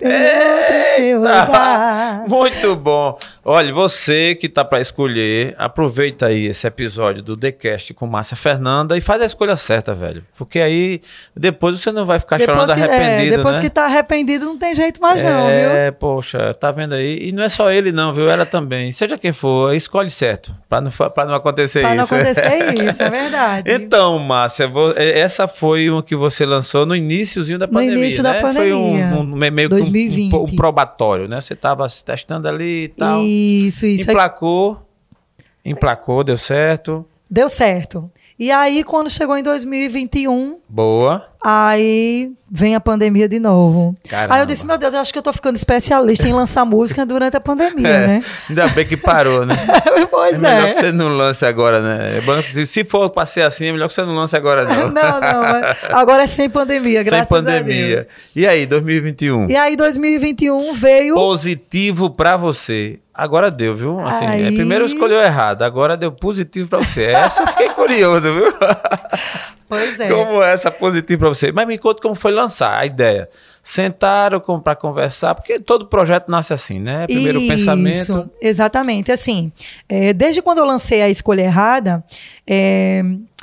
Eita! Muito bom. Olha, você que tá para escolher, aproveita aí esse episódio do The Cast com Márcia Fernanda e faz a escolha certa, velho. Porque aí depois você não vai ficar Depois chorando que, arrependido, é, depois né? que tá arrependido não tem jeito mais não, viu? É, poxa, tá vendo aí? E não é só ele não, viu? Ela também. Seja quem for, escolhe certo, para não, pra não acontecer Pra não isso. acontecer isso, é verdade. Então, Márcia, vo- essa foi uma que você lançou no iníciozinho da No pandemia, início né? da Foi pandemia. um, um- meio dois que mil e um, vinte. um, um probatório, né? Você tava se testando ali e tal. Isso, isso. Emplacou, emplacou, deu certo. Deu certo. E aí, quando chegou em dois mil e vinte e um, Boa. aí vem a pandemia de novo. Caramba. Aí eu disse, meu Deus, eu acho que eu tô ficando especialista em lançar música durante a pandemia, É, né? ainda bem que parou, né? Pois é melhor é. que você não lance agora, né? É bom que se for pra ser assim, é melhor que você não lance agora, não. Não, não, mas agora é sem pandemia, Sem graças pandemia. a Deus. E aí, dois mil e vinte e um? E aí, dois mil e vinte e um veio... Positivo pra você. Agora deu, viu? Assim, Aí- é, primeiro escolheu errado, agora deu positivo pra você. Essa eu fiquei curioso, viu? Pois é. Como é essa positivo pra você? Mas me conta como foi lançar a ideia. Sentaram com- pra conversar, porque todo projeto nasce assim, né? Primeiro o Isso, pensamento. exatamente. Assim, é, desde quando eu lancei a Escolha Errada, é,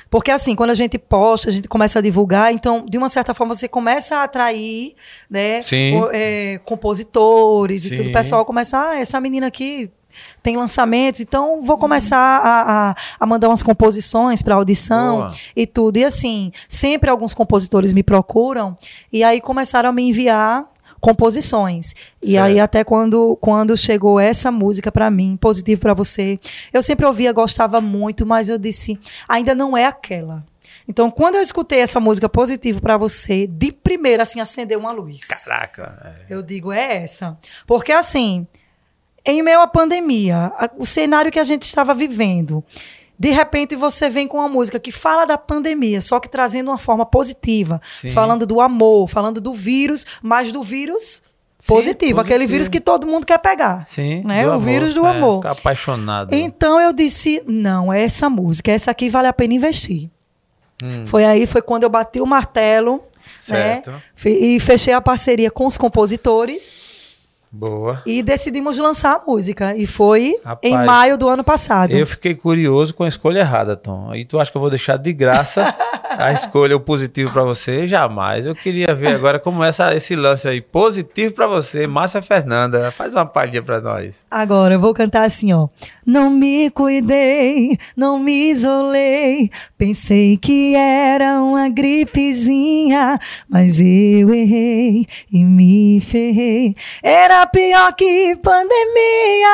Porque assim, quando a gente posta, a gente começa a divulgar, então, de uma certa forma, você começa a atrair, né, o, é, compositores Sim. e tudo. O pessoal começa, ah, essa menina aqui tem lançamentos, então vou começar a, a, a mandar umas composições para audição. Boa. E tudo. E assim, sempre alguns compositores me procuram e aí começaram a me enviar composições. E certo. Aí até quando, quando chegou essa música para mim, Positivo para Você, eu sempre ouvia, gostava muito, mas eu disse, ainda não é aquela. Então, quando eu escutei essa música Positivo para Você, de primeira, assim, acendeu uma luz. Caraca! É. Eu digo, é essa. Porque, assim, em meio à pandemia, a, o cenário que a gente estava vivendo, de repente você vem com uma música que fala da pandemia, só que trazendo uma forma positiva, Sim. falando do amor, falando do vírus, mas do vírus Sim, positivo, positivo, aquele vírus que todo mundo quer pegar. Sim, né? do o amor, vírus do é, amor. Ficar apaixonado. Então eu disse, não, é essa música, essa aqui vale a pena investir. Hum. Foi aí, foi quando eu bati o martelo, certo. Né? E fechei a parceria com os compositores. Boa. E decidimos lançar a música. E foi Rapaz, em maio do ano passado. Eu fiquei curioso com a escolha errada, Tom. E tu acha que eu vou deixar de graça a escolha, o Positivo para Você? Jamais. Eu queria ver agora como é essa, esse lance aí. Positivo para Você, Márcia Fernanda. Faz uma palhinha para nós. Agora eu vou cantar assim, ó. Não me cuidei, não me isolei. Pensei que era uma gripezinha, mas eu errei e me ferrei. Era pior que pandemia.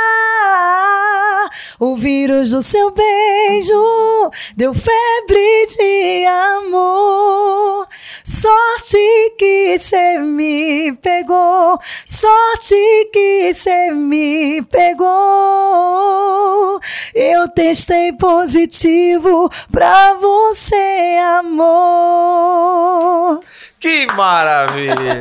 O vírus do seu beijo deu febre de amor. Sorte que cê me pegou, sorte que cê me pegou. Eu testei positivo pra você, amor. Que maravilha!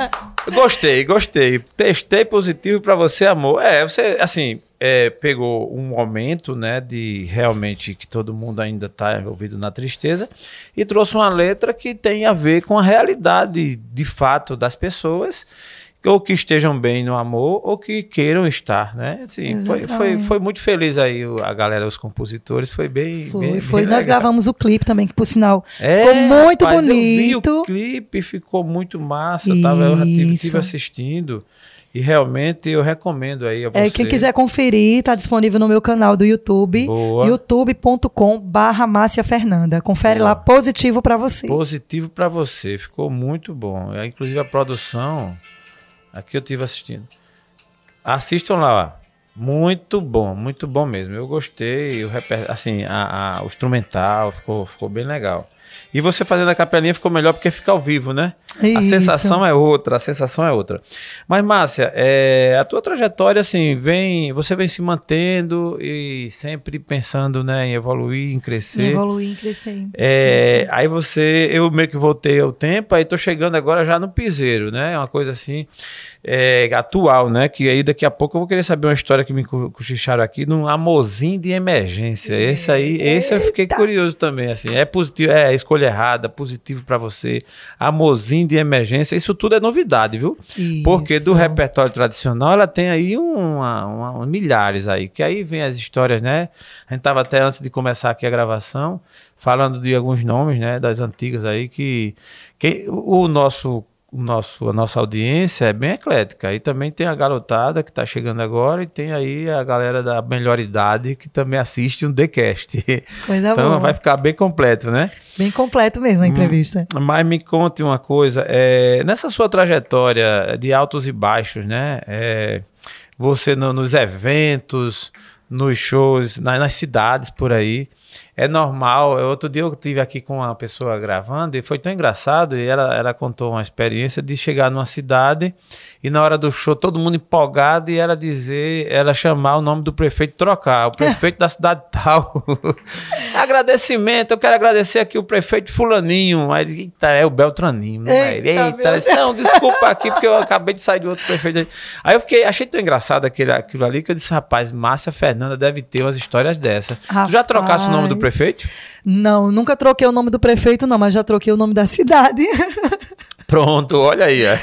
Gostei, gostei. Testei positivo pra você, amor. É, você, assim, é, pegou um momento, né, de realmente que todo mundo ainda tá envolvido na tristeza e trouxe uma letra que tem a ver com a realidade, de fato, das pessoas, ou que estejam bem no amor, ou que queiram estar, né? Assim, foi, foi, foi muito feliz aí a galera, os compositores, foi bem Foi, bem, foi. bem Nós legal. gravamos o clipe também, que por sinal É, ficou muito rapaz, bonito. Eu vi o clipe, ficou muito massa, eu, tava, eu tive, tive assistindo e realmente eu recomendo aí a você. É, quem quiser conferir, tá disponível no meu canal do YouTube, youtube ponto com barra Márcia Fernanda. Confere Boa. Lá, Positivo pra Você. Positivo pra Você, ficou muito bom. Inclusive a produção... Aqui eu estive assistindo. Assistam lá, ó. Muito bom, muito bom mesmo. Eu gostei, o, reper... assim, a, a, o instrumental ficou, ficou bem legal. E você fazendo a capelinha ficou melhor porque fica ao vivo, né? Isso. A sensação é outra, a sensação é outra. Mas, Márcia, é, a tua trajetória, assim, vem, você vem se mantendo e sempre pensando, né, em evoluir, em crescer. Em evoluir, em crescer. É, aí você, eu meio que voltei ao tempo, aí tô chegando agora já no piseiro, né? Uma coisa assim, é, atual, né? Que aí daqui a pouco eu vou querer saber uma história que me cochicharam aqui, num amorzinho de emergência. Esse aí, esse eu fiquei curioso também, assim. É positivo, é escolha errada, positivo pra você, amorzinho de emergência, isso tudo é novidade, viu? Isso. Porque do repertório tradicional ela tem aí uma, uma, uma, milhares aí, que aí vem as histórias, né? A gente tava até antes de começar aqui a gravação, falando de alguns nomes, né, das antigas aí, que, que o nosso, o nosso, a nossa audiência é bem eclética. Aí também tem a garotada que tá chegando agora e tem aí a galera da melhor idade que também assiste um TheCast. Coisa então boa. Vai ficar bem completo, né? Bem completo mesmo a entrevista. Hum, mas me conte uma coisa, é, nessa sua trajetória de altos e baixos, né? É, você no, nos eventos, nos shows, na, nas cidades por aí, é normal. Outro dia eu estive aqui com uma pessoa gravando e foi tão engraçado, e ela, ela contou uma experiência de chegar numa cidade e na hora do show todo mundo empolgado e ela dizer, ela chamar o nome do prefeito, trocar, o prefeito da cidade tal. Agradecimento, eu quero agradecer aqui o prefeito fulaninho. Aí, eita, é o Beltraninho, não é? Eita, eita, disse, não, desculpa aqui porque eu acabei de sair de outro prefeito. Aí eu fiquei, achei tão engraçado aquele, aquilo ali que eu disse, rapaz, Márcia Fernanda deve ter umas histórias dessas. Rapaz, tu já trocasse o nome do prefeito? Não, nunca troquei o nome do prefeito não, mas já troquei o nome da cidade. Pronto, olha aí. ó.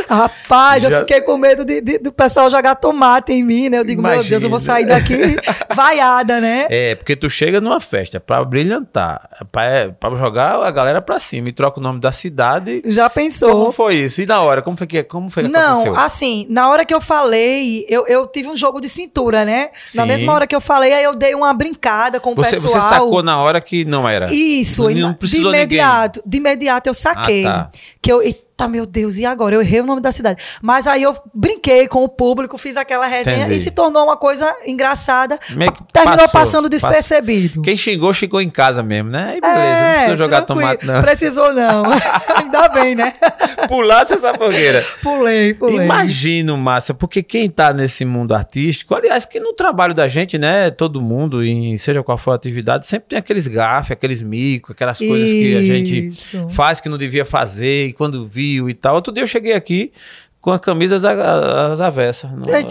Rapaz, Já- eu fiquei com medo de, de- do pessoal jogar tomate em mim, né? Eu digo, meu Imagina. Deus, eu vou sair daqui vaiada, né? É, porque tu chega numa festa pra brilhantar, pra, pra jogar a galera pra cima e troca o nome da cidade. Já Como pensou? foi isso? E na hora, como foi que, como foi que Não, aconteceu? assim, na hora que eu falei, eu, eu tive um jogo de cintura, né? Na Sim. mesma hora que eu falei, aí eu dei uma brincada com o Você, pessoal. você sacou na hora que não era? Isso, Não, e não na- de precisou imediato, de imediato eu saquei. Ah, tá. Que eu, eita, meu Deus, e agora? Eu errei o nome da cidade. Mas aí eu brinquei com o público, fiz aquela resenha Entendi. e se tornou uma coisa engraçada. Meio que Terminou passou, passando despercebido. Quem xingou, xingou em casa mesmo, né? Aí beleza, não É, precisa jogar tranquilo. tomate, não. Precisou não. Ainda bem, né? Pular essa fogueira. Pulei, pulei. Imagino, Márcia, porque quem tá nesse mundo artístico, aliás, que no trabalho da gente, né, todo mundo, em seja qual for a atividade, sempre tem aqueles gafes, aqueles micos, aquelas coisas que a gente Isso. faz que não devia fazer, e quando viu e tal. Outro dia eu cheguei aqui com a camisa às, às avessas. Não- Aí Eita.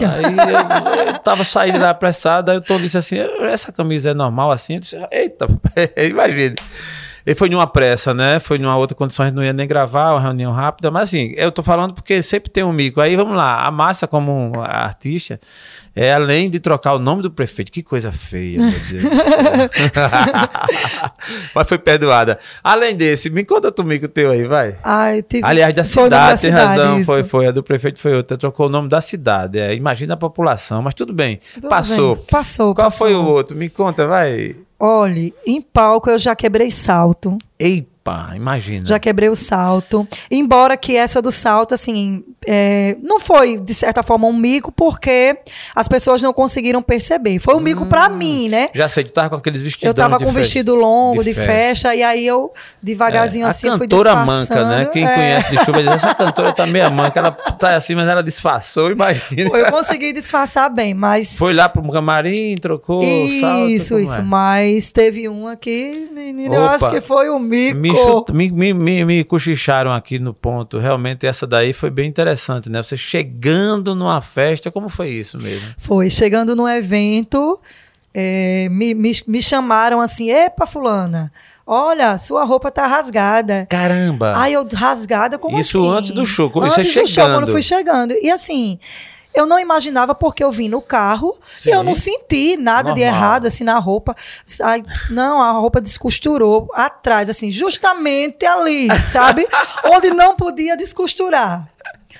eu, eu tava saindo lá apressado, aí o Tom disse assim, essa camisa é normal assim? Eu disse, eita, imagine. Ele foi numa pressa, né? Foi numa outra condição, a gente não ia nem gravar, uma reunião rápida. Mas assim, eu tô falando porque sempre tem um mico. Aí vamos lá, a Márcia como um artista, é além de trocar o nome do prefeito. Que coisa feia, meu Deus do céu. Mas foi perdoada. Além desse, me conta tu mico teu aí, vai. Ai, tive... Aliás, da foi o nome cidade, da tem razão, isso. foi, foi. A do prefeito foi outra. Trocou o nome da cidade. É, imagina a população, mas tudo bem. Tudo Passou. bem. Passou, Qual passou. foi o outro? Me conta, vai. Olhe, em palco eu já quebrei salto. Eipa, imagina. Já quebrei o salto. Embora que essa do salto, assim, é, não foi, de certa forma, um mico, porque as pessoas não conseguiram perceber. Foi um mico pra mim, né? Já sei, tu tava com aqueles vestidão Eu tava de com um festa. vestido longo, de de, festa. festa. e aí eu, devagarzinho É, assim, a fui cantora disfarçando. manca, né? Quem É. conhece de chuva diz, essa cantora tá meia manca, ela tá assim, mas ela disfarçou, imagina. Eu consegui disfarçar bem, mas... Foi lá pro camarim, trocou o salto. Isso, como isso. é? Mas teve um aqui, menino, eu Opa. acho que foi um mico. Me, chut- me, me, me, me cochicharam aqui no ponto. Realmente, essa daí foi bem interessante, né? Você chegando numa festa, como foi isso mesmo? Foi, chegando no evento, é, me, me, me chamaram assim, epa, fulana, olha, sua roupa tá rasgada. Caramba! Aí eu, rasgada, como Isso assim? antes do show, isso Antes é do show, chegando. quando eu fui chegando. E assim, eu não imaginava porque eu vim no carro Sim. e eu não senti nada de Normal. errado, assim, na roupa. Ai, não, a roupa descosturou atrás, assim, justamente ali, sabe? Onde não podia descosturar.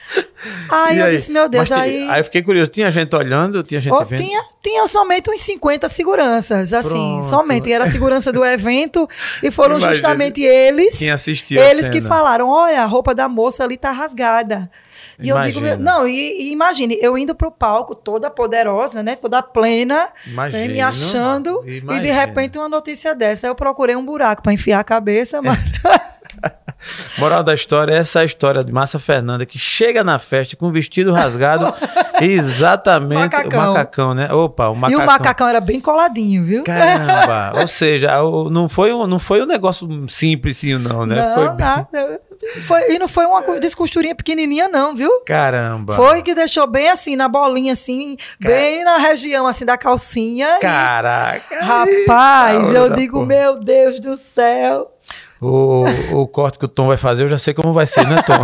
Aí E eu disse, meu Deus, Mas aí... ti- Aí eu fiquei curioso, tinha gente olhando, tinha gente Oh, vendo? tinha, tinha somente uns cinquenta seguranças, assim, Pronto. somente. E era a segurança do evento e foram Imagina justamente eles, quem assistiu a eles que cena. falaram, olha, a roupa da moça ali tá rasgada. E eu digo, Imagina. meu- não, e, e imagine, eu indo pro palco toda poderosa, né, toda plena, né, Imagino, me achando, e de imagino. repente uma notícia dessa. Eu procurei um buraco para enfiar a cabeça, mas... Moral da história, essa é a história de Márcia Fernanda, que chega na festa com o vestido rasgado, exatamente, Macacão. o macacão, né? Opa, o E macacão. o macacão era bem coladinho, viu? Caramba! Ou seja, o- não foi um, não foi um negócio simples, sim, não, né? Não, foi bem- nada. Foi, e não foi uma co- descosturinha pequenininha, não, viu? Caramba! Foi que deixou bem assim, na bolinha, assim, bem na região, assim, da calcinha. e- Caraca! Rapaz, Eita, eu hora da digo, porra. meu Deus do céu. O, o corte que o Tom vai fazer, eu já sei como vai ser, né, Tom?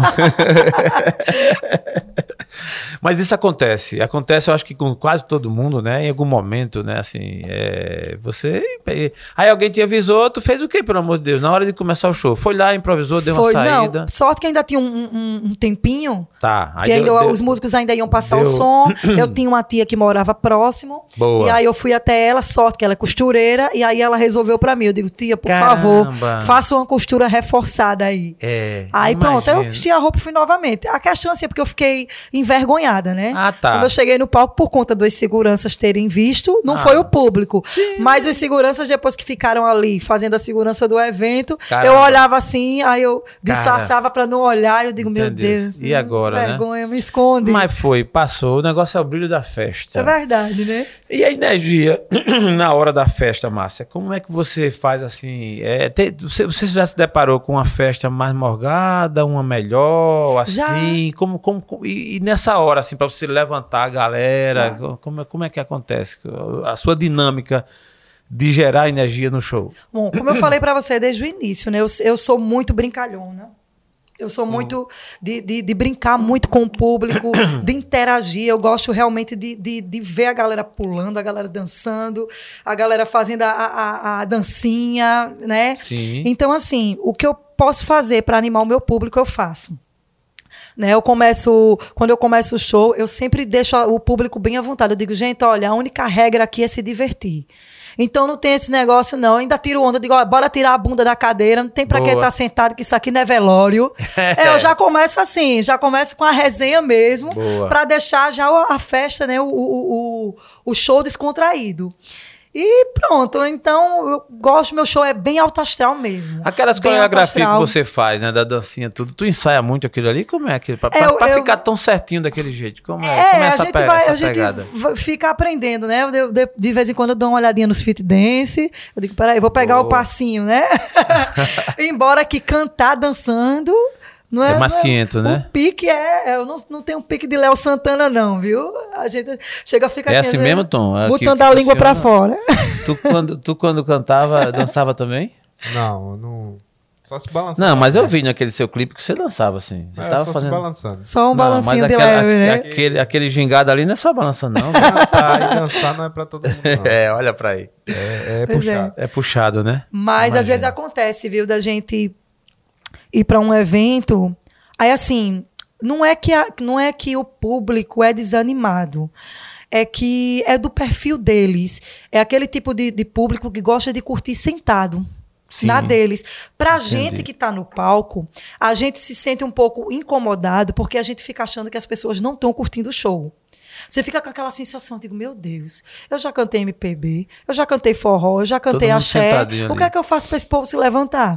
Mas isso acontece. Acontece, eu acho que com quase todo mundo, né? Em algum momento, né? Assim, é, você... Aí alguém te avisou, tu fez o quê, pelo amor de Deus? Na hora de começar o show. Foi lá, improvisou, deu Foi, uma saída. não, sorte que ainda tinha um, um- um tempinho, Tá. Aí que ainda deu- deu- os músicos ainda iam passar deu- o som. Eu tinha uma tia que morava próximo. Boa. E aí eu fui até ela, sorte que ela é costureira, e aí ela resolveu pra mim. Eu digo, tia, por favor, Caramba. faça uma costura reforçada aí. É, Aí pronto, aí eu imagina. vesti a roupa e fui novamente. A questão assim é porque eu fiquei envergonhada, né? Ah, tá. Quando eu cheguei no palco, por conta dos seguranças terem visto, não Ah. foi o público. Mas os seguranças, depois que ficaram ali fazendo a segurança do evento, Caramba. eu olhava assim, aí eu disfarçava pra não olhar, e eu digo, meu Entendeu? Deus. E agora, né? vergonha, me esconde. Mas foi, passou. O negócio é o brilho da festa. É verdade, né? E a energia na hora da festa, Márcia? Como é que você faz assim? É, te- você, você já se deparou com uma festa mais morgada, uma melhor, assim? Como, como, como- e, e nessa hora, assim, para você levantar a galera, como, é- como é que acontece? A sua dinâmica de gerar energia no show? Bom, como eu falei pra você desde o início, né? Eu, eu sou muito brincalhona. Eu sou muito de, de, de brincar muito com o público, de interagir. Eu gosto realmente de, de, de ver a galera pulando, a galera dançando, a galera fazendo a, a, a dancinha, né? Sim. Então, assim, o que eu posso fazer para animar o meu público, eu faço. Né, eu começo, quando eu começo o show, eu sempre deixo o público bem à vontade. Eu digo, gente, olha, a única regra aqui é se divertir. Então não tem esse negócio, não. Eu ainda tiro onda, eu digo, ó, bora tirar a bunda da cadeira, não tem pra que estar sentado, que isso aqui não é velório. É, eu já começo assim, já começo com a resenha mesmo, boa, pra deixar já a festa, né, o, o, o, o show descontraído. E pronto, então eu gosto, meu show é bem alto astral mesmo. Aquelas coreografias que você faz, né, da dancinha, tudo, tu ensaia muito aquilo ali? Como é aquilo? Pra, é, pra, pra eu, ficar tão certinho daquele jeito? Como é, é, como é essa, a gente pega, vai, essa a gente pegada? Fica aprendendo, né? Eu, de, de vez em quando eu dou uma olhadinha nos fit dance, eu digo, peraí, vou pegar oh. o passinho, né? Embora que cantar dançando... Não é, é mais não é, quinhentos, né? O pique é... é eu não, não tenho um pique de Léo Santana, não, viu? A gente chega a ficar é assim... assim mesmo, Tom? É botando que, a que língua funciona. pra fora. Tu quando, tu, quando cantava, dançava também? Não, não... Só se balançando. Não, mas eu vi naquele seu clipe que você dançava assim. Você é, tava só fazendo... se balançando. Só um não, balancinho de aquela, leve, né? Aquele, aquele gingado ali não é só balançando, não. Cantar e dançar não é pra todo mundo, não. É, olha pra aí. É, é Pois puxado. É. é puxado, né? Mas Imagina. às vezes acontece, viu, da gente ir pra um evento... Aí, assim, não é, que a, não é que o público é desanimado, é que é do perfil deles. É aquele tipo de, de público que gosta de curtir sentado. Sim, na deles. Pra entendi. Gente que tá no palco, a gente se sente um pouco incomodado porque a gente fica achando que as pessoas não estão curtindo o show. Você fica com aquela sensação, eu digo, meu Deus, eu já cantei M P B, eu já cantei forró, eu já cantei axé. O que é que eu faço pra esse povo se levantar?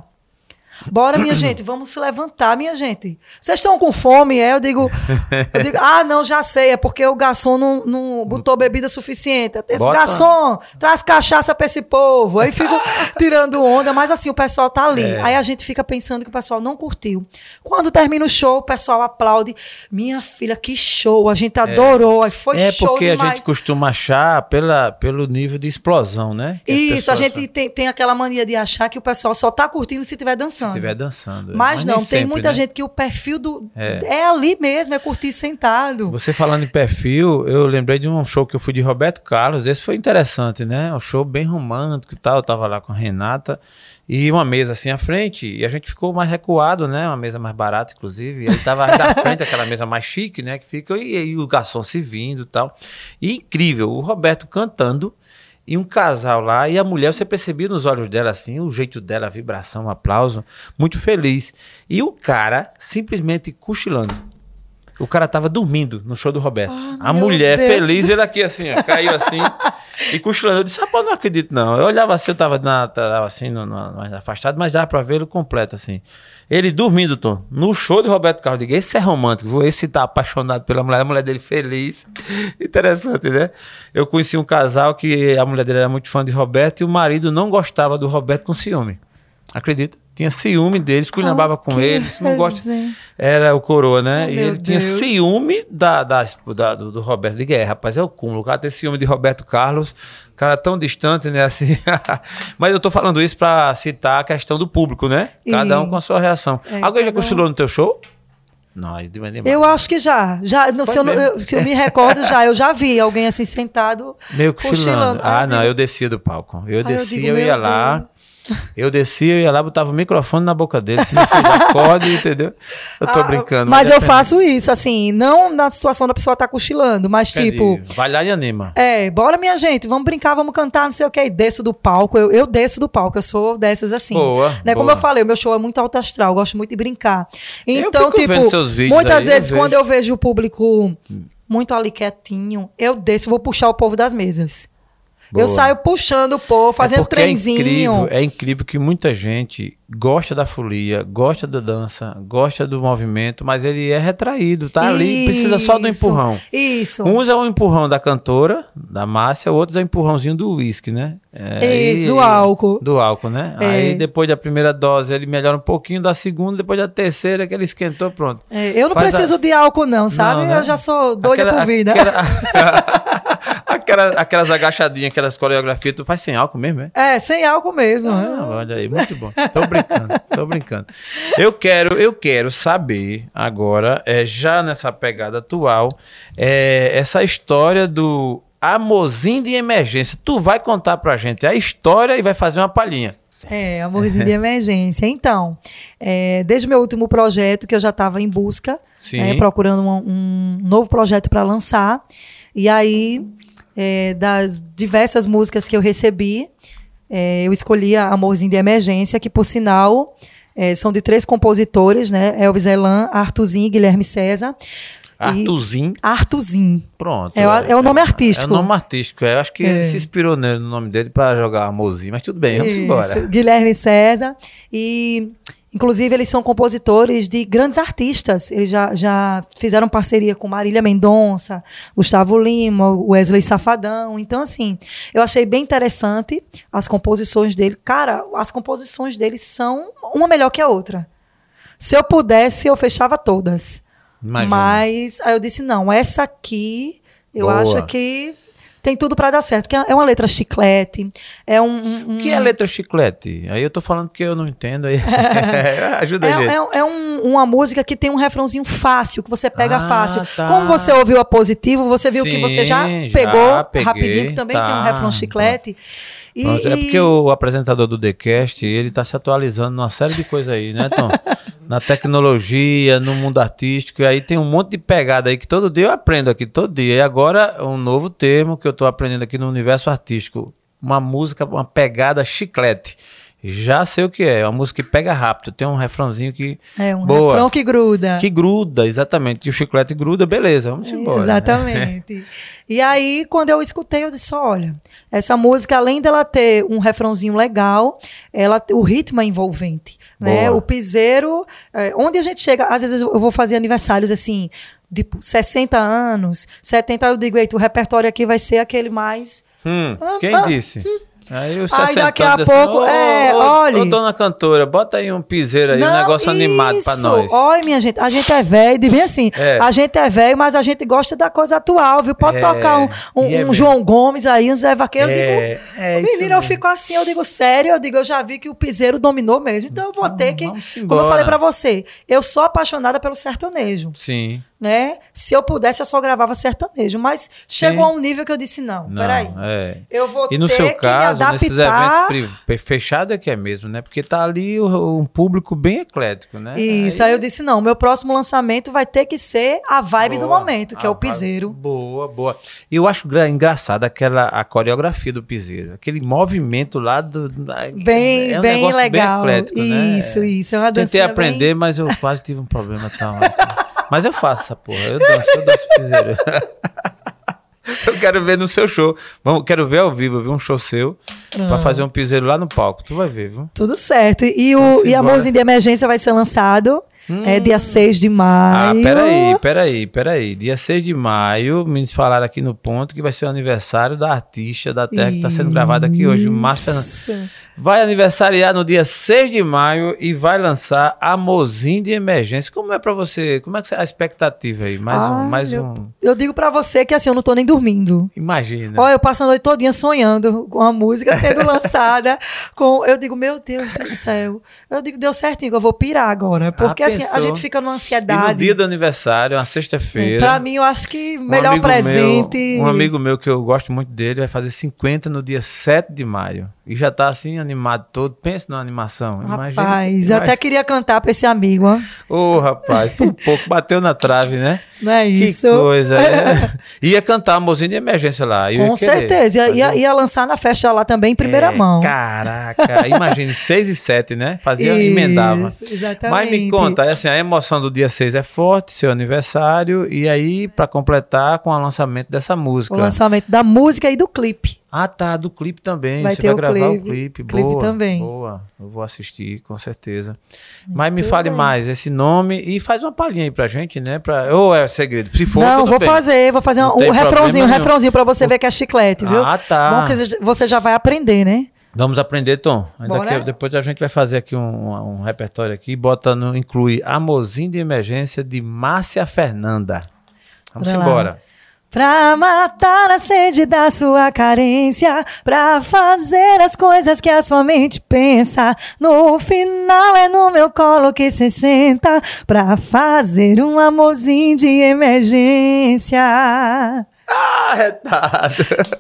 Bora, minha gente, vamos se levantar, minha gente. Vocês estão com fome? É, eu digo, eu digo, ah, não, já sei, é porque o garçom não, não botou bebida suficiente. Esse Bota. Garçom, traz cachaça pra esse povo. Aí fico tirando onda, mas assim, o pessoal tá ali. É. Aí a gente fica pensando que o pessoal não curtiu. Quando termina o show, o pessoal aplaude. Minha filha, que show, a gente adorou. Aí foi é show porque demais. A gente costuma achar pela, pelo nível de explosão, né? Que isso, a gente tem, tem aquela mania de achar que o pessoal só tá curtindo se estiver dançando. Se estiver dançando. Mas, Mas não, tem sempre, muita né? gente que o perfil do é. é ali mesmo, é curtir sentado. Você falando em perfil, eu lembrei de um show que eu fui de Roberto Carlos. Esse foi interessante, né? Um show bem romântico e tal. Eu tava lá com a Renata e uma mesa assim à frente. E a gente ficou mais recuado, né? Uma mesa mais barata, inclusive. E aí tava da frente aquela mesa mais chique, né? Que fica e, e o garçom se vindo e tal. E incrível, o Roberto cantando. E um casal lá, e a mulher, você percebia nos olhos dela assim, o jeito dela, a vibração, o aplauso, muito feliz. E o cara simplesmente cochilando. O cara tava dormindo no show do Roberto. Oh, a mulher Deus feliz, ele aqui assim, ó, caiu assim e cochilando. Eu disse, rapaz, não acredito não. Eu olhava assim, eu tava, na, tava assim, no, no, mais afastado, mas dava pra ver ele completo assim. Ele dormindo, Tom, no show de Roberto Carlos. Eu digo, esse é romântico, esse tá apaixonado pela mulher, a mulher dele feliz. Interessante, né? Eu conheci um casal que a mulher dele era muito fã de Roberto e o marido não gostava do Roberto com ciúme. Acredita? Tinha ciúme dele, esculhambava oh, com ele, se não gosta. Era o coroa, né? Oh, e ele Deus. Tinha ciúme da, da, da, do, do Roberto. Eu digo, é, rapaz, é o cúmulo. O cara tem ciúme de Roberto Carlos, o cara tão distante, né? Assim. Mas eu tô falando isso pra citar a questão do público, né? Cada e... um com a sua reação. É, Alguém já cochilou um... no teu show? Não, eu acho que já. já no, se, eu, eu, se eu me recordo, já. Eu já vi alguém assim sentado. Meio cochilando. Ah, ah não, eu descia do palco. Eu descia, eu, digo, eu ia lá. Deus. Eu descia, eu ia lá, botava o microfone na boca dele. Se me acorde, entendeu? Eu tô ah, brincando. Mas, mas eu faço isso, assim, não na situação da pessoa estar tá cochilando, mas Entendi. tipo. Vai lá e anima. É, bora, minha gente, vamos brincar, vamos cantar, não sei o que. E desço do palco. Eu, eu desço do palco, eu sou dessas assim. Boa. Né? Boa. Como eu falei, o meu show é muito alto astral, eu gosto muito de brincar. Então, tipo, muitas aí, vezes, eu quando eu vejo o público muito ali quietinho, eu desço, vou puxar o povo das mesas. Boa. Eu saio puxando o povo, fazendo é trenzinho. É incrível, é incrível que muita gente gosta da folia, gosta da dança, gosta do movimento, mas ele é retraído, tá isso, ali, precisa só do empurrão. Isso. Uns é o empurrão da cantora, da Márcia, outros é o empurrãozinho do uísque, né? É, isso, aí, do álcool. Do álcool, né? É. Aí depois da primeira dose ele melhora um pouquinho, da segunda, depois da terceira que ele esquentou, pronto. É, eu não Faz preciso a... de álcool não, sabe? Não, né? Eu já sou doida aquela, por vida. Aquela... Aquelas, aquelas agachadinhas, aquelas coreografias, tu faz sem álcool mesmo, é? É, sem álcool mesmo. Ah, né? olha aí, muito bom. Tô brincando, tô brincando. Eu quero, eu quero saber agora, é, já nessa pegada atual, é, essa história do amorzinho de emergência. Tu vai contar pra gente a história e vai fazer uma palhinha. É, amorzinho de emergência. Então, é, desde o meu último projeto, que eu já estava em busca, Sim. é, procurando um, um novo projeto para lançar. E aí, é, das diversas músicas que eu recebi, é, eu escolhi a Amorzinho de Emergência, que, por sinal, é, são de três compositores, né? Elvis Elan, Arthurzinho e Guilherme César. Arthurzinho. Arthurzinho. Pronto. É, o- é o nome artístico. É o nome artístico. Eu acho que É. ele se inspirou nele, no nome dele para jogar amorzinho, mas tudo bem, vamos Isso, embora. Guilherme César. E, inclusive, eles são compositores de grandes artistas. Eles já, já fizeram parceria com Marília Mendonça, Gustavo Lima, Wesley Safadão. Então, assim, eu achei bem interessante as composições dele. Cara, as composições deles são uma melhor que a outra. Se eu pudesse, eu fechava todas. Imagina. Mas aí eu disse, não, essa aqui eu Boa. acho que tem tudo para dar certo. Que é uma letra chiclete, é um... um- O que é letra chiclete? Aí eu tô falando que eu não entendo. Aí. Ajuda É, a gente. é- é um- uma música que tem um refrãozinho fácil, que você pega Ah, fácil. tá. Como você ouviu a Positivo, você viu que Sim, você já já pegou peguei, rapidinho, que também tem um tá, refrão chiclete. E, Pronto, é e- porque o apresentador do The Cast, ele tá se atualizando numa série de coisas aí, né, Tom? Na tecnologia, no mundo artístico, e aí tem um monte de pegada aí que todo dia eu aprendo aqui, todo dia. E agora, um novo termo que eu tô aprendendo aqui no universo artístico, uma música, uma pegada chiclete. Já sei o que é, é uma música que pega rápido, tem um refrãozinho que... É um boa, refrão que gruda. que gruda, exatamente. E o chiclete gruda, beleza, vamos embora. Exatamente. E aí, quando eu escutei, eu disse, olha, essa música, além dela ter um refrãozinho legal, ela, o ritmo é envolvente. Né? Boa. O piseiro, é, onde a gente chega, às vezes eu vou fazer aniversários assim, tipo, sessenta anos, setenta, eu digo, eita, o repertório aqui vai ser aquele mais... Hum, quem Ah, ah, disse? Aí, os Aí daqui a sessentões dizem pouco, é, ô, ô, olhe. Ô, dona cantora, bota aí um piseiro aí, um Não, negócio animado pra isso. nós. Olha, minha gente, a gente é velho, de bem assim, É. a gente é velho, mas a gente gosta da coisa atual, viu? Pode É, tocar um, um- e é um mesmo. João Gomes aí, um Zé Vaqueiro, eu É, digo, é isso menina, eu mesmo. fico assim, eu digo, sério, eu digo, eu já vi que o piseiro dominou mesmo, então eu vou ter que, vamos como eu embora. falei pra você, eu sou apaixonada pelo sertanejo, Sim. né? Se eu pudesse, eu só gravava sertanejo, mas chegou a um nível que eu disse, não, Não, peraí, é. eu vou E no ter seu que caso, me nesses adaptar... eventos pri- fechados é que é mesmo, né? Porque tá ali o- um público bem eclético, né? Isso, aí eu disse, não, meu próximo lançamento vai ter que ser a vibe do Boa. momento, que Ah, é o piseiro. Boa, boa. E eu acho gra- engraçado aquela a coreografia do piseiro, aquele movimento lá do... Bem, é um bem negócio legal. Bem eclético, né? Isso, isso. É uma Tentei dancinha aprender, mas eu quase tive um problema tal. Mas eu faço essa porra, eu danço, eu danço piseiro. Eu quero ver no seu show. Vamos, quero ver ao vivo, ver um show seu Ah. pra fazer um piseiro lá no palco. Tu vai ver, viu? bem. Tudo certo. E o Vamos e embora. Amorzinho de Emergência vai ser lançado é dia seis de maio. Ah, peraí, peraí, peraí. Dia seis de maio, me falaram aqui no ponto que vai ser o aniversário da artista da terra que está sendo gravado aqui hoje, o Márcio Fernandes. Isso. Vai aniversariar no dia seis de maio e vai lançar Amorzinho de Emergência. Como é pra você? Como é que é a expectativa aí? Mais um, Ai, mais meu- um. Eu digo pra você que assim, eu não tô nem dormindo. Imagina. Olha, eu passo a noite todinha sonhando com a música sendo lançada. Com, eu digo, meu Deus do céu. Eu digo, deu certinho, que eu vou pirar agora. Porque assim, a pensou? gente fica numa E ansiedade. no dia do aniversário, uma sexta-feira. Pra mim, eu acho que um melhor amigo presente. meu- um amigo meu que eu gosto muito dele vai fazer cinquenta no dia sete de maio. E já tá assim animado todo. Pensa na animação. Imagina. Rapaz, eu imagina. até queria cantar pra esse amigo, ó. Ô, rapaz, por pouco bateu na trave, né? Não é Que isso? coisa. é. Ia cantar Amorzinho de Emergência lá. eu ia Com querer certeza. Ia, fazer ia, um- ia lançar na festa lá também em primeira É, mão. Caraca, imagine, seis e sete, né? Fazia, Isso, emendava. exatamente. Mas me conta, é assim, a emoção do dia seis é forte, seu aniversário, e aí, pra completar com o lançamento dessa música. O lançamento da música e do clipe. Ah, tá, do clipe também. Vai Você ter vai o gravar clipe, o clipe. clipe Boa, também. boa. Eu vou assistir, com certeza. Mas me Muito fale bem. mais, esse nome, e faz uma palhinha aí pra gente, né? Pra... Ou é segredo? Se for, Não, tudo vou bem. fazer, vou fazer Não um, tem um refrãozinho, um problema nenhum. refrãozinho pra você ver que é chiclete, viu? Ah, tá. Bom que você já vai aprender, né? Vamos aprender, Tom. Ainda Bora? que- depois a gente vai fazer aqui um, um repertório aqui, bota no, inclui Amorzinho de Emergência de Márcia Fernanda. Vamos Bora lá. embora. Pra matar a sede da sua carência, pra fazer as coisas que a sua mente pensa. No final é no meu colo que cê senta, pra fazer um amorzinho de emergência. Ah, retado.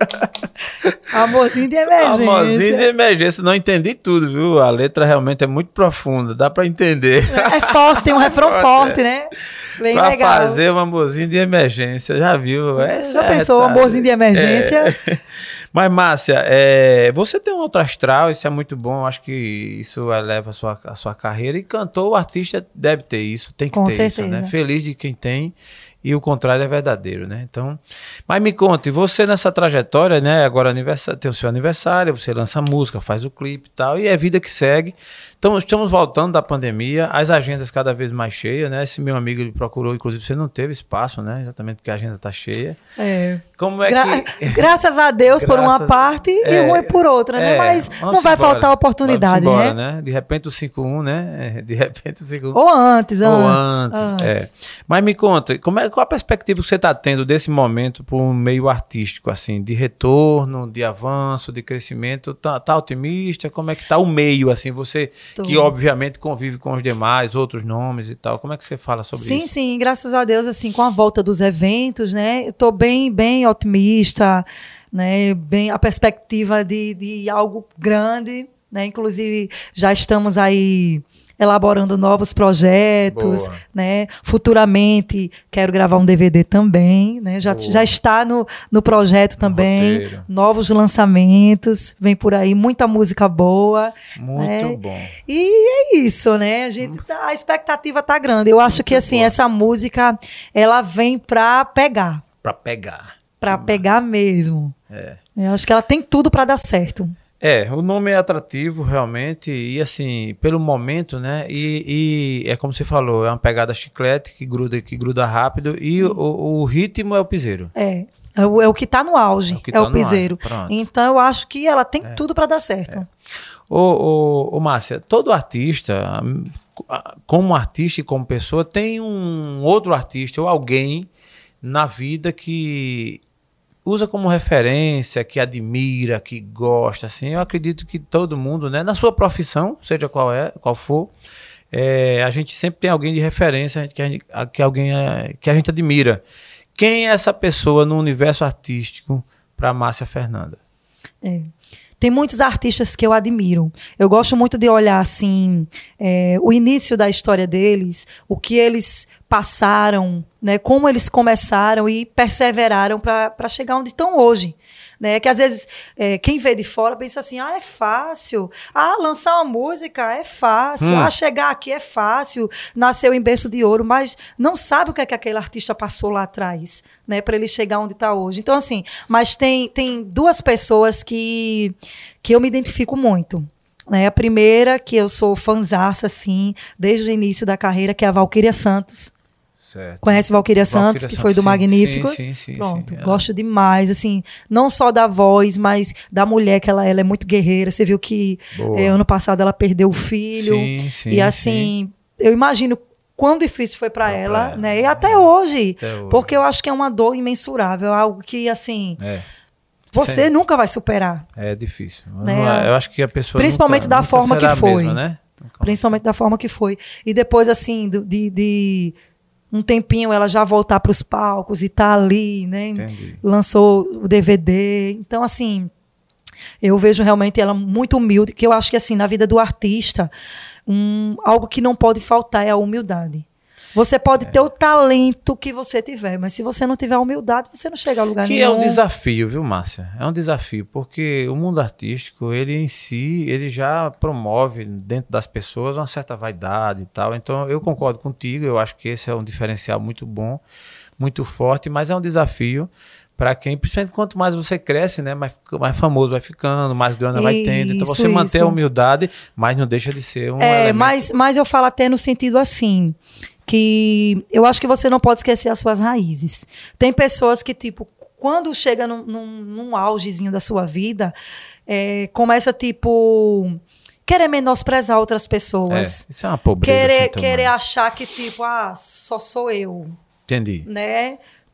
Amorzinho de emergência. Amorzinho de emergência. Não entendi tudo, viu? A letra realmente é muito profunda, dá pra entender. É forte, tem um refrão forte, né? Bem pra legal. fazer um amorzinho de emergência, já viu? Essa Já é pensou, um retada. amorzinho de emergência? É. Mas, Márcia, é, você tem um outro astral, isso é muito bom, acho que isso eleva a sua, a sua carreira. E cantor, o artista deve ter isso, tem que Com ter certeza. isso, né? Feliz de quem tem. E o contrário é verdadeiro, né? Então, mas me conte, você nessa trajetória, né? Agora aniversário, tem o seu aniversário, você lança música, faz o clipe e tal, e é vida que segue. Então, estamos voltando da pandemia, as agendas cada vez mais cheias, né? Esse meu amigo ele procurou, inclusive você não teve espaço, né? Exatamente porque a agenda está cheia. É. Como é Gra que... Graças a Deus por uma Graças- parte e é, ruim por outra, né? é, Mas vamos não vai embora. faltar oportunidade, Vamos embora, né? De repente o cinco um, né? De repente o cinco um. Ou antes, Ou antes. antes, antes. é. Mas me conta, como é, qual a perspectiva que você está tendo desse momento para o meio artístico, assim, de retorno, de avanço, de crescimento? Tá, tá otimista? Como é que tá o meio, assim, você Tô. que obviamente convive com os demais, outros nomes e tal, como é que você fala sobre Sim, isso? sim, graças a Deus, assim, com a volta dos eventos, né? Eu tô bem, bem otimista, né? Bem, a perspectiva de, de algo grande, né? Inclusive, já estamos aí elaborando novos projetos, Boa. né? Futuramente quero gravar um D V D também, né? Já, Boa. já está no, no projeto também, roteiro. novos lançamentos, vem por aí muita música boa. Muito É. bom. E é isso, né? A gente tá- a expectativa tá grande. Eu acho que assim, boa. essa música ela vem pra pegar, Para pegar. pra pegar mesmo. É. Eu acho que ela tem tudo pra dar certo. É, o nome é atrativo realmente e assim, pelo momento, né, e, e é como você falou, é uma pegada chiclete que gruda, que gruda rápido e o, o ritmo é o piseiro. É. É o, é o que tá no auge, É o que é tá o no piseiro. auge, pronto. Então eu acho que ela tem tudo pra dar certo. Ô, ô, ô, Márcia, todo artista, hum, como artista e como pessoa, tem um outro artista ou alguém na vida que usa como referência, que admira, que gosta, assim. Eu acredito que todo mundo, né, na sua profissão, seja qual é, qual for, é, a gente sempre tem alguém de referência que a gente, a- que alguém é, que a gente admira. Quem é essa pessoa no universo artístico para Márcia Fernanda? É. Tem muitos artistas que eu admiro. Eu gosto muito de olhar assim é, o início da história deles, o que eles passaram, né, como eles começaram e perseveraram para chegar onde estão hoje. Né? Que às vezes é, quem vê de fora pensa assim, ah, é fácil, ah, lançar uma música é fácil, Hum. ah, chegar aqui é fácil, nasceu em berço de ouro, mas não sabe o que é que aquele artista passou lá atrás, né, para ele chegar onde está hoje. Então assim, mas tem, tem duas pessoas que, que eu me identifico muito. Né? A primeira, que eu sou fanzaça, assim, desde o início da carreira, que é a Valquíria Santos. Certo. Conhece Valquíria Santos, Valquíria que foi do Santos, sim, Magníficos? sim, sim, sim, Pronto, sim. gosto demais, assim, não só da voz, mas da mulher, que ela, ela é muito guerreira. Você viu que Boa. eh, ano passado ela perdeu o filho. Sim, sim, e assim, eu imagino quão difícil foi para Foi pra ela, ela, né? E até hoje, Até hoje. porque eu acho que é uma dor imensurável, algo que, assim, É, você Sim. nunca vai superar. é difícil. Eu Né? não- eu acho que a pessoa Principalmente nunca- da nunca forma será que a foi. mesma, né? Nunca- Principalmente da forma que foi. E depois, assim, do- de, de um tempinho ela já voltar para os palcos e tá ali, né? Entendi. Lançou o D V D. Então, assim, eu vejo realmente ela muito humilde, que eu acho que, assim, na vida do artista, um, algo que não pode faltar é a humildade. Você pode ter o talento que você tiver, mas se você não tiver a humildade, você não chega a lugar Que nenhum. é um desafio, viu, Márcia? É um desafio, porque o mundo artístico, ele em si, ele já promove dentro das pessoas uma certa vaidade e tal. Então, eu concordo contigo, eu acho que esse é um diferencial muito bom, muito forte, mas é um desafio para quem, principalmente quanto mais você cresce, né, mais, mais famoso vai ficando, mais grana vai tendo. Então, você Isso, manter isso. a humildade, mas não deixa de ser um É, elemento. mas, mas eu falo até no sentido assim, que eu acho que você não pode esquecer as suas raízes. Tem pessoas que, tipo, quando chega num, num, num augezinho da sua vida, é, começa, tipo, querer menosprezar outras É, pessoas. isso é uma pobreza. Querer, assim, também. querer achar que, tipo, ah, só sou eu, Entendi. né?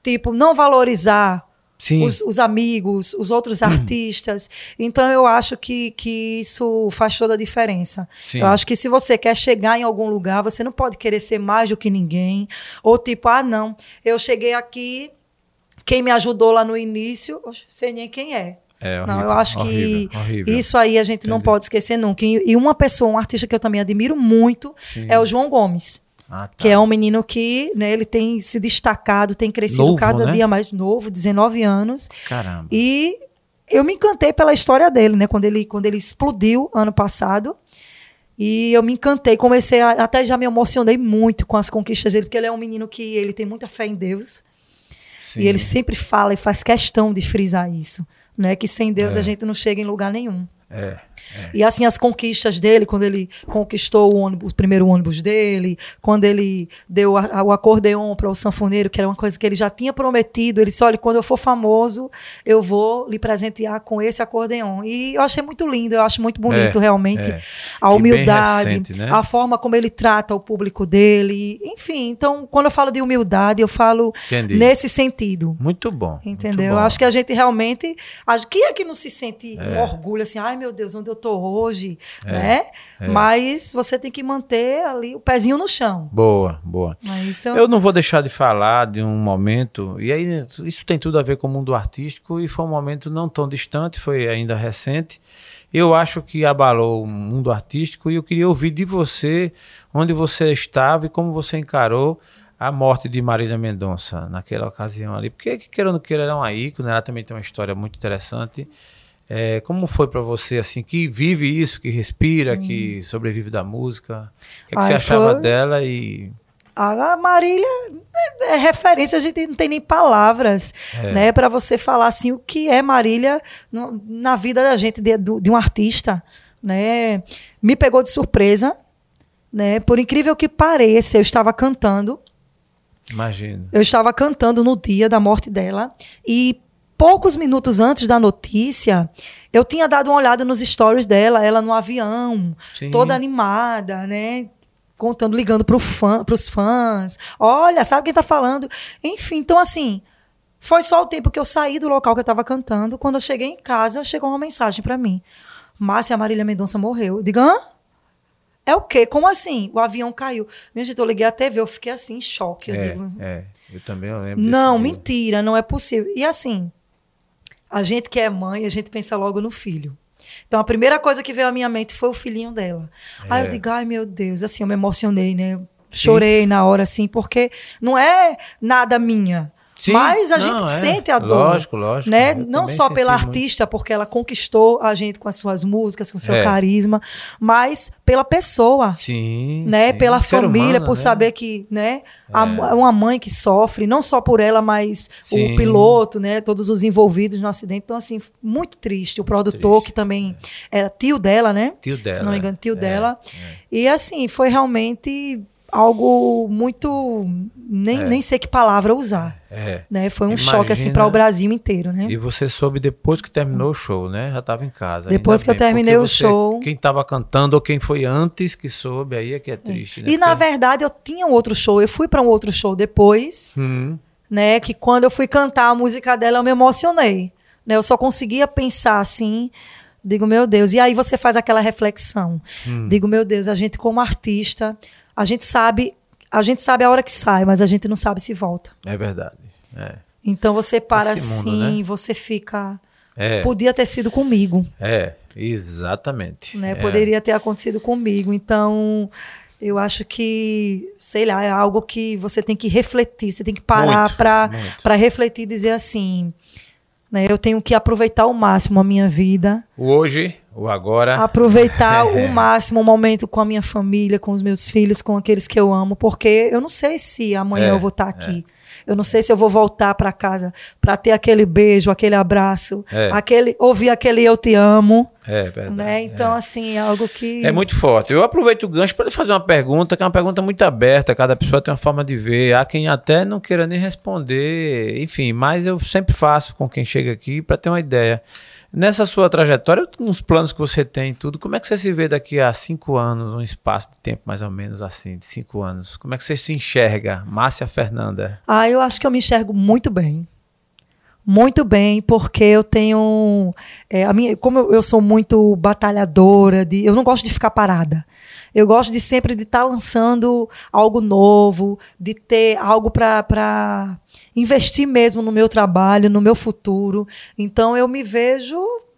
tipo, não valorizar Sim. os, os amigos, os outros artistas. Então, eu acho que, que isso faz toda a diferença. Sim. Eu acho que se você quer chegar em algum lugar, você não pode querer ser mais do que ninguém. Ou tipo, ah, não, eu cheguei aqui, quem me ajudou lá no início, eu sei nem quem é. É horrível, não, eu acho horrível, que horrível. isso aí a gente Entendi. não pode esquecer nunca. E, e uma pessoa, um artista que eu também admiro muito, Sim. é o João Gomes. Ah, tá. Que é um menino que, né, ele tem se destacado, tem crescido Novo, cada né? dia mais novo, dezenove anos. Caramba. E eu me encantei pela história dele, né? Quando ele, quando ele explodiu ano passado. E eu me encantei, comecei a, até já me emocionei muito com as conquistas dele, porque ele é um menino que ele tem muita fé em Deus. Sim. E ele sempre fala e faz questão de frisar isso, né? Que sem Deus É. a gente não chega em lugar nenhum. É. E assim, as conquistas dele, quando ele conquistou o, ônibus, o primeiro ônibus dele, quando ele deu a, a, o acordeon para o sanfoneiro, que era uma coisa que ele já tinha prometido, ele disse, olha, quando eu for famoso, eu vou lhe presentear com esse acordeon. E eu achei muito lindo, eu acho muito bonito É, realmente é. a E bem humildade, recente, né? a forma como ele trata o público dele, enfim. Então, quando eu falo de humildade, eu falo Entendi. nesse sentido. Muito bom. Entendeu? muito Eu bom. acho que a gente realmente. a- Quem é que não se sente um É. orgulho assim, ai meu Deus, onde eu tô hoje? É, Né? é. Mas você tem que manter ali o pezinho no chão. Boa, boa. Mas isso Eu não vou deixar de falar de um momento, e aí isso tem tudo a ver com o mundo artístico, e foi um momento não tão distante, foi ainda recente. Eu acho que abalou o mundo artístico, e eu queria ouvir de você onde você estava e como você encarou a morte de Marília Mendonça naquela ocasião ali. Porque, queira ou não queira, ela é uma ícone, ela também tem uma história muito interessante. É, como foi para você, assim, que vive isso, que respira, que sobrevive da música? O que, é que Ai, você achava foi- dela e... A Marília é, é referência, a gente não tem nem palavras, É. né, para você falar assim o que é Marília no- na vida da gente, de, do- de um artista, né? Me pegou de surpresa, né? Por incrível que pareça, eu estava cantando, Imagino. eu estava cantando no dia da morte dela e poucos minutos antes da notícia, eu tinha dado uma olhada nos stories dela, ela no avião, Sim. toda animada, né? Contando, ligando para fã, os fãs. Olha, sabe quem tá falando? Enfim, então assim, foi só o tempo que eu saí do local que eu estava cantando. Quando eu cheguei em casa, chegou uma mensagem para mim. Márcia, a Marília Mendonça morreu. Eu digo, hã? É o quê? Como assim? O avião caiu. Minha gente, eu liguei a T V, eu fiquei assim, em choque. Eu É, digo, é, eu também eu lembro desse não, dia. mentira, não é possível. E assim, a gente que é mãe, a gente pensa logo no filho. Então, a primeira coisa que veio à minha mente foi o filhinho dela. Aí É. eu digo, ai meu Deus, assim, eu me emocionei, né? Chorei na hora, assim, porque não é nada minha. Sim, Mas a não, gente é. sente a dor. Lógico, lógico. Né? Eu Não também só pela senti muito. artista, porque ela conquistou a gente com as suas músicas, com o seu É. carisma, mas pela pessoa. Sim, Né, sim. pela Ser família, humano, por né? saber que, né, a- É. uma mãe que sofre, não só por ela, mas Sim. o piloto, né, todos os envolvidos no acidente. Então, assim, muito triste. O produtor, Triste, que também era tio dela, né? Tio dela. Se não me engano, tio é, dela. é. E, assim, foi realmente algo muito... Nem, É. nem sei que palavra usar. É. Né? Foi um Imagina- choque, assim, para o Brasil inteiro, né? E você soube depois que terminou o show, né? Já estava em casa. Depois ainda que eu bem, terminei porque o você- show- Quem estava cantando ou quem foi antes que soube, aí é que é triste, né? E, na Porque- verdade, eu tinha um outro show. Eu fui para um outro show depois, Hum, né, que quando eu fui cantar a música dela, eu me emocionei. Né? Eu só conseguia pensar assim, digo, meu Deus. E aí você faz aquela reflexão. hum. Digo, meu Deus, a gente como artista, a gente sabe, a gente sabe a hora que sai, mas a gente não sabe se volta. É verdade. É. Então você para Esse mundo, assim, né? você fica... É. Podia ter sido comigo, É, exatamente. né? É. Poderia ter acontecido comigo. Então, eu acho que, sei lá, é algo que você tem que refletir, você tem que parar Muito, para muito. para refletir e dizer assim, né? Eu tenho que aproveitar ao máximo a minha vida, O hoje, o agora. aproveitar É. o máximo o momento com a minha família, com os meus filhos, com aqueles que eu amo, porque eu não sei se amanhã É, eu vou estar aqui. Eu não sei se eu vou voltar para casa para ter aquele beijo, aquele abraço, É. aquele ouvir aquele eu te amo, É verdade. né? Então é. assim, é algo que É muito forte. Eu aproveito o gancho para fazer uma pergunta, que é uma pergunta muito aberta, cada pessoa tem uma forma de ver. Há quem até não queira nem responder, enfim, mas eu sempre faço com quem chega aqui para ter uma ideia. Nessa sua trajetória, nos planos que você tem e tudo, como é que você se vê daqui a cinco anos, um espaço de tempo mais ou menos assim, de cinco anos? Como é que você se enxerga, Márcia Fernanda? Ah, eu acho que eu me enxergo muito bem. Muito bem, porque eu tenho... É, a minha, como eu, eu sou muito batalhadora, de, eu não gosto de ficar parada. Eu gosto de sempre de estar lançando algo novo, de ter algo para investir mesmo no meu trabalho, no meu futuro. Então, eu me vejo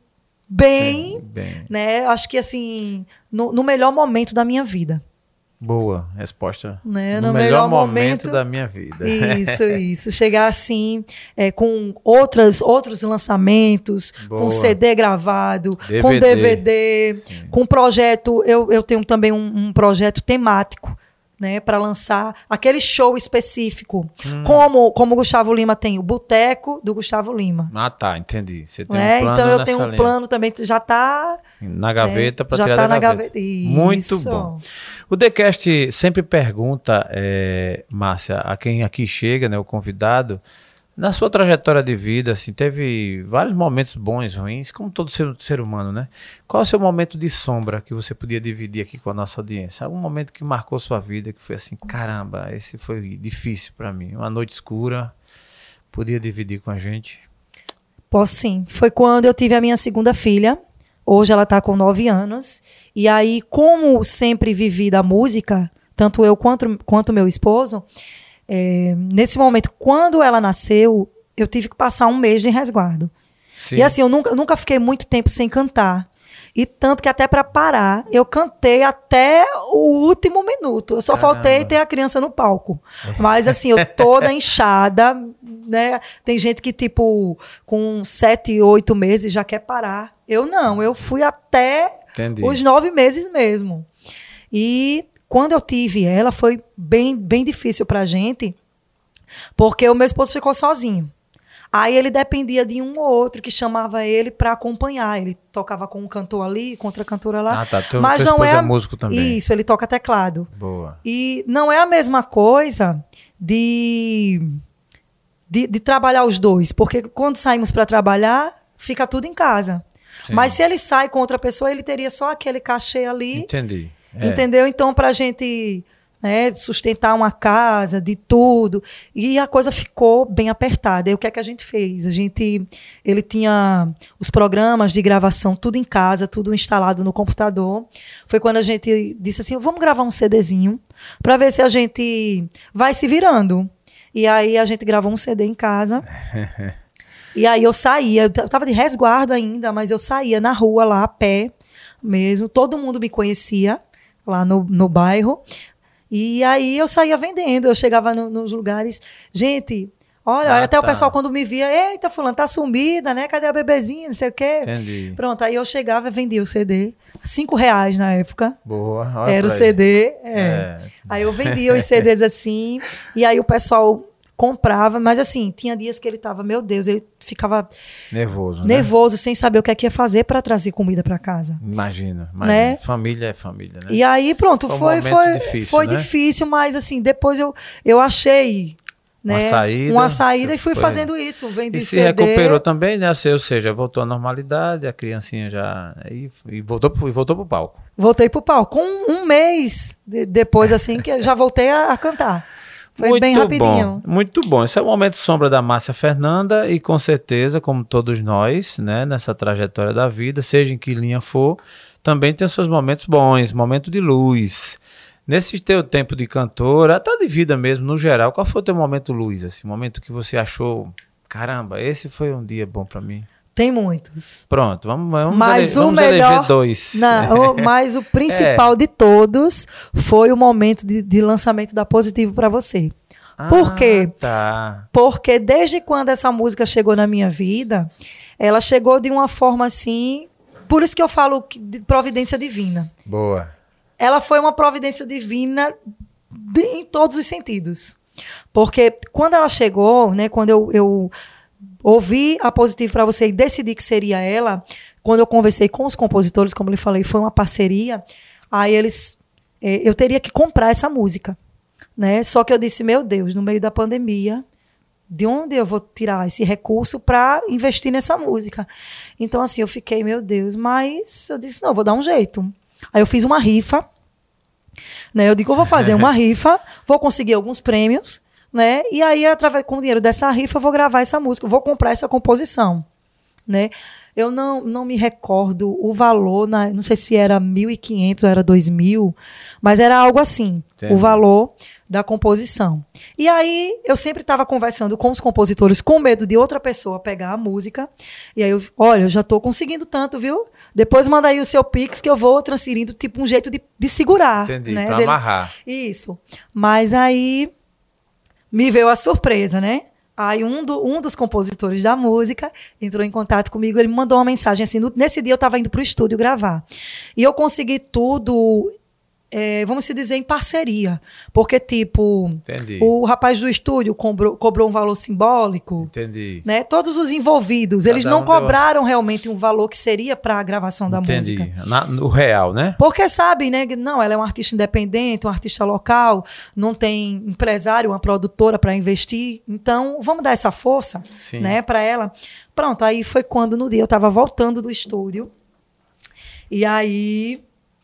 bem, bem. né? Acho que, assim, no, no melhor momento da minha vida. Boa resposta. Né? No, no melhor, melhor momento, momento da minha vida. Isso, isso. Chegar assim, é, com outras, outros lançamentos, Boa. Com C D gravado, D V D. Com D V D, Sim. Com projeto. Eu, eu tenho também um, um projeto temático, né, para lançar aquele show específico. Hum. Como, como o Gustavo Lima tem o Boteco do Gustavo Lima. Ah, tá, entendi. Você tem né? um plano Então eu tenho um linha. plano também, já está... Na gaveta, é, para tirar tá da na gaveta. gaveta. Isso. Muito bom. O TheCast sempre pergunta, é, Márcia, a quem aqui chega, né, o convidado, na sua trajetória de vida, assim, teve vários momentos bons, ruins, como todo ser, ser humano, né? Qual é o seu momento de sombra que você podia dividir aqui com a nossa audiência? Algum momento que marcou sua vida, que foi assim, caramba, esse foi difícil para mim, uma noite escura, podia dividir com a gente? Posso sim. Foi quando eu tive a minha segunda filha. Hoje ela está com nove anos. E aí, como sempre vivi da música, tanto eu quanto, quanto meu esposo, é, nesse momento, quando ela nasceu, eu tive que passar um mês de resguardo. Sim. E assim, eu nunca, nunca fiquei muito tempo sem cantar. E tanto que até para parar, eu cantei até o último minuto. Eu só Caramba. faltei ter a criança no palco. Mas assim, eu toda inchada, né? Tem gente que tipo, com sete, oito meses já quer parar. Eu não, eu fui até Entendi. os nove meses mesmo. E quando eu tive ela, foi bem, bem difícil pra gente, porque o meu esposo ficou sozinho. Aí ele dependia de um ou outro que chamava ele para acompanhar. Ele tocava com um cantor ali, com outra cantora lá. Ah, tá. Teu, mas teu não é a... músico também. Isso, ele toca teclado. Boa. E não é a mesma coisa de, de, de trabalhar os dois, porque quando saímos para trabalhar, fica tudo em casa. Sim. Mas se ele sai com outra pessoa, ele teria só aquele cachê ali. Entendi. É. Entendeu? Então, para a gente... né, sustentar uma casa, de tudo. E a coisa ficou bem apertada. E o que é que a gente fez? A gente, ele tinha os programas de gravação tudo em casa, tudo instalado no computador. Foi quando a gente disse assim, vamos gravar um CDzinho para ver se a gente vai se virando. E aí a gente gravou um C D em casa. E aí eu saía, eu estava de resguardo ainda, mas eu saía na rua lá, a pé mesmo. Todo mundo me conhecia lá no, no bairro. E aí eu saía vendendo, eu chegava no, nos lugares, gente, olha, ah, até tá. o pessoal quando me via, eita, fulano, tá sumida, né? Cadê a bebezinha, não sei o quê. Entendi. Pronto, aí eu chegava e vendia o C D, cinco reais na época. Boa. Olha era o C D, é. é. Aí eu vendia os C Ds assim, e aí o pessoal comprava, mas assim, tinha dias que ele tava, meu Deus, ele ficava nervoso, nervoso, né? sem saber o que é que ia fazer para trazer comida para casa. Imagina, imagina. Né? Família é família, né? E aí, pronto, foi, foi, foi, difícil, foi né? difícil, mas assim, depois eu, eu achei, né, uma saída, uma saída e fui foi... fazendo isso, vendi E se C D. recuperou também, né? Ou seja, voltou à normalidade, a criancinha já... E, e voltou, e voltou pro palco. Voltei pro palco. Com um mês de, depois, assim, que eu já voltei a, a cantar. Foi muito bem rapidinho. Bom, muito bom. Esse é o momento sombra da Márcia Fernanda e com certeza, como todos nós, né, nessa trajetória da vida, seja em que linha for, também tem os seus momentos bons, momento de luz. Nesse teu tempo de cantora, até de vida mesmo, no geral, qual foi o teu momento luz? Assim, momento que você achou, caramba, esse foi um dia bom pra mim? Tem muitos. Pronto, vamos, vamos, mas ele, vamos o melhor, eleger dois. Não, o, mas o principal é. de todos foi o momento de, de lançamento da Positivo para você. Ah, Por quê? Tá. Porque desde quando essa música chegou na minha vida, ela chegou de uma forma assim... Por isso que eu falo que de providência divina. Boa. Ela foi uma providência divina de, em todos os sentidos. Porque quando ela chegou, né, quando eu... eu ouvi a Positivo para você e decidi que seria ela, quando eu conversei com os compositores, como eu lhe falei, foi uma parceria, aí eles, eh, eu teria que comprar essa música, né? Só que eu disse, meu Deus, no meio da pandemia, de onde eu vou tirar esse recurso para investir nessa música? Então, assim, eu fiquei, meu Deus, mas eu disse, não, eu vou dar um jeito. Aí eu fiz uma rifa, né? Eu digo, eu vou fazer uma rifa, vou conseguir alguns prêmios, né? E aí, através com o dinheiro dessa rifa, eu vou gravar essa música, eu vou comprar essa composição, né? Eu não, não me recordo o valor, na, não sei se era mil e quinhentos ou era dois mil, mas era algo assim, Entendi. O valor da composição. E aí, eu sempre estava conversando com os compositores com medo de outra pessoa pegar a música. E aí, eu, olha, eu já estou conseguindo tanto, viu? Depois manda aí o seu Pix que eu vou transferindo, tipo, um jeito de, de segurar. Entendi, né? para Dele. amarrar. Isso. Mas aí, me veio a surpresa, né? Aí um, do, um dos compositores da música entrou em contato comigo, ele me mandou uma mensagem assim, no, nesse dia eu estava indo para o estúdio gravar. E eu consegui tudo, é, vamos se dizer, em parceria. Porque, tipo, Entendi. O rapaz do estúdio cobrou, cobrou um valor simbólico. Entendi. Né? Todos os envolvidos, Cada eles não um cobraram deu... realmente um valor que seria para a gravação da Entendi. música. Na, no real, né? Porque sabe, né? Não, ela é uma artista independente, um artista local, não tem empresário, uma produtora para investir. Então, vamos dar essa força, Sim. né, para ela. Pronto, aí foi quando no dia eu estava voltando do estúdio. E aí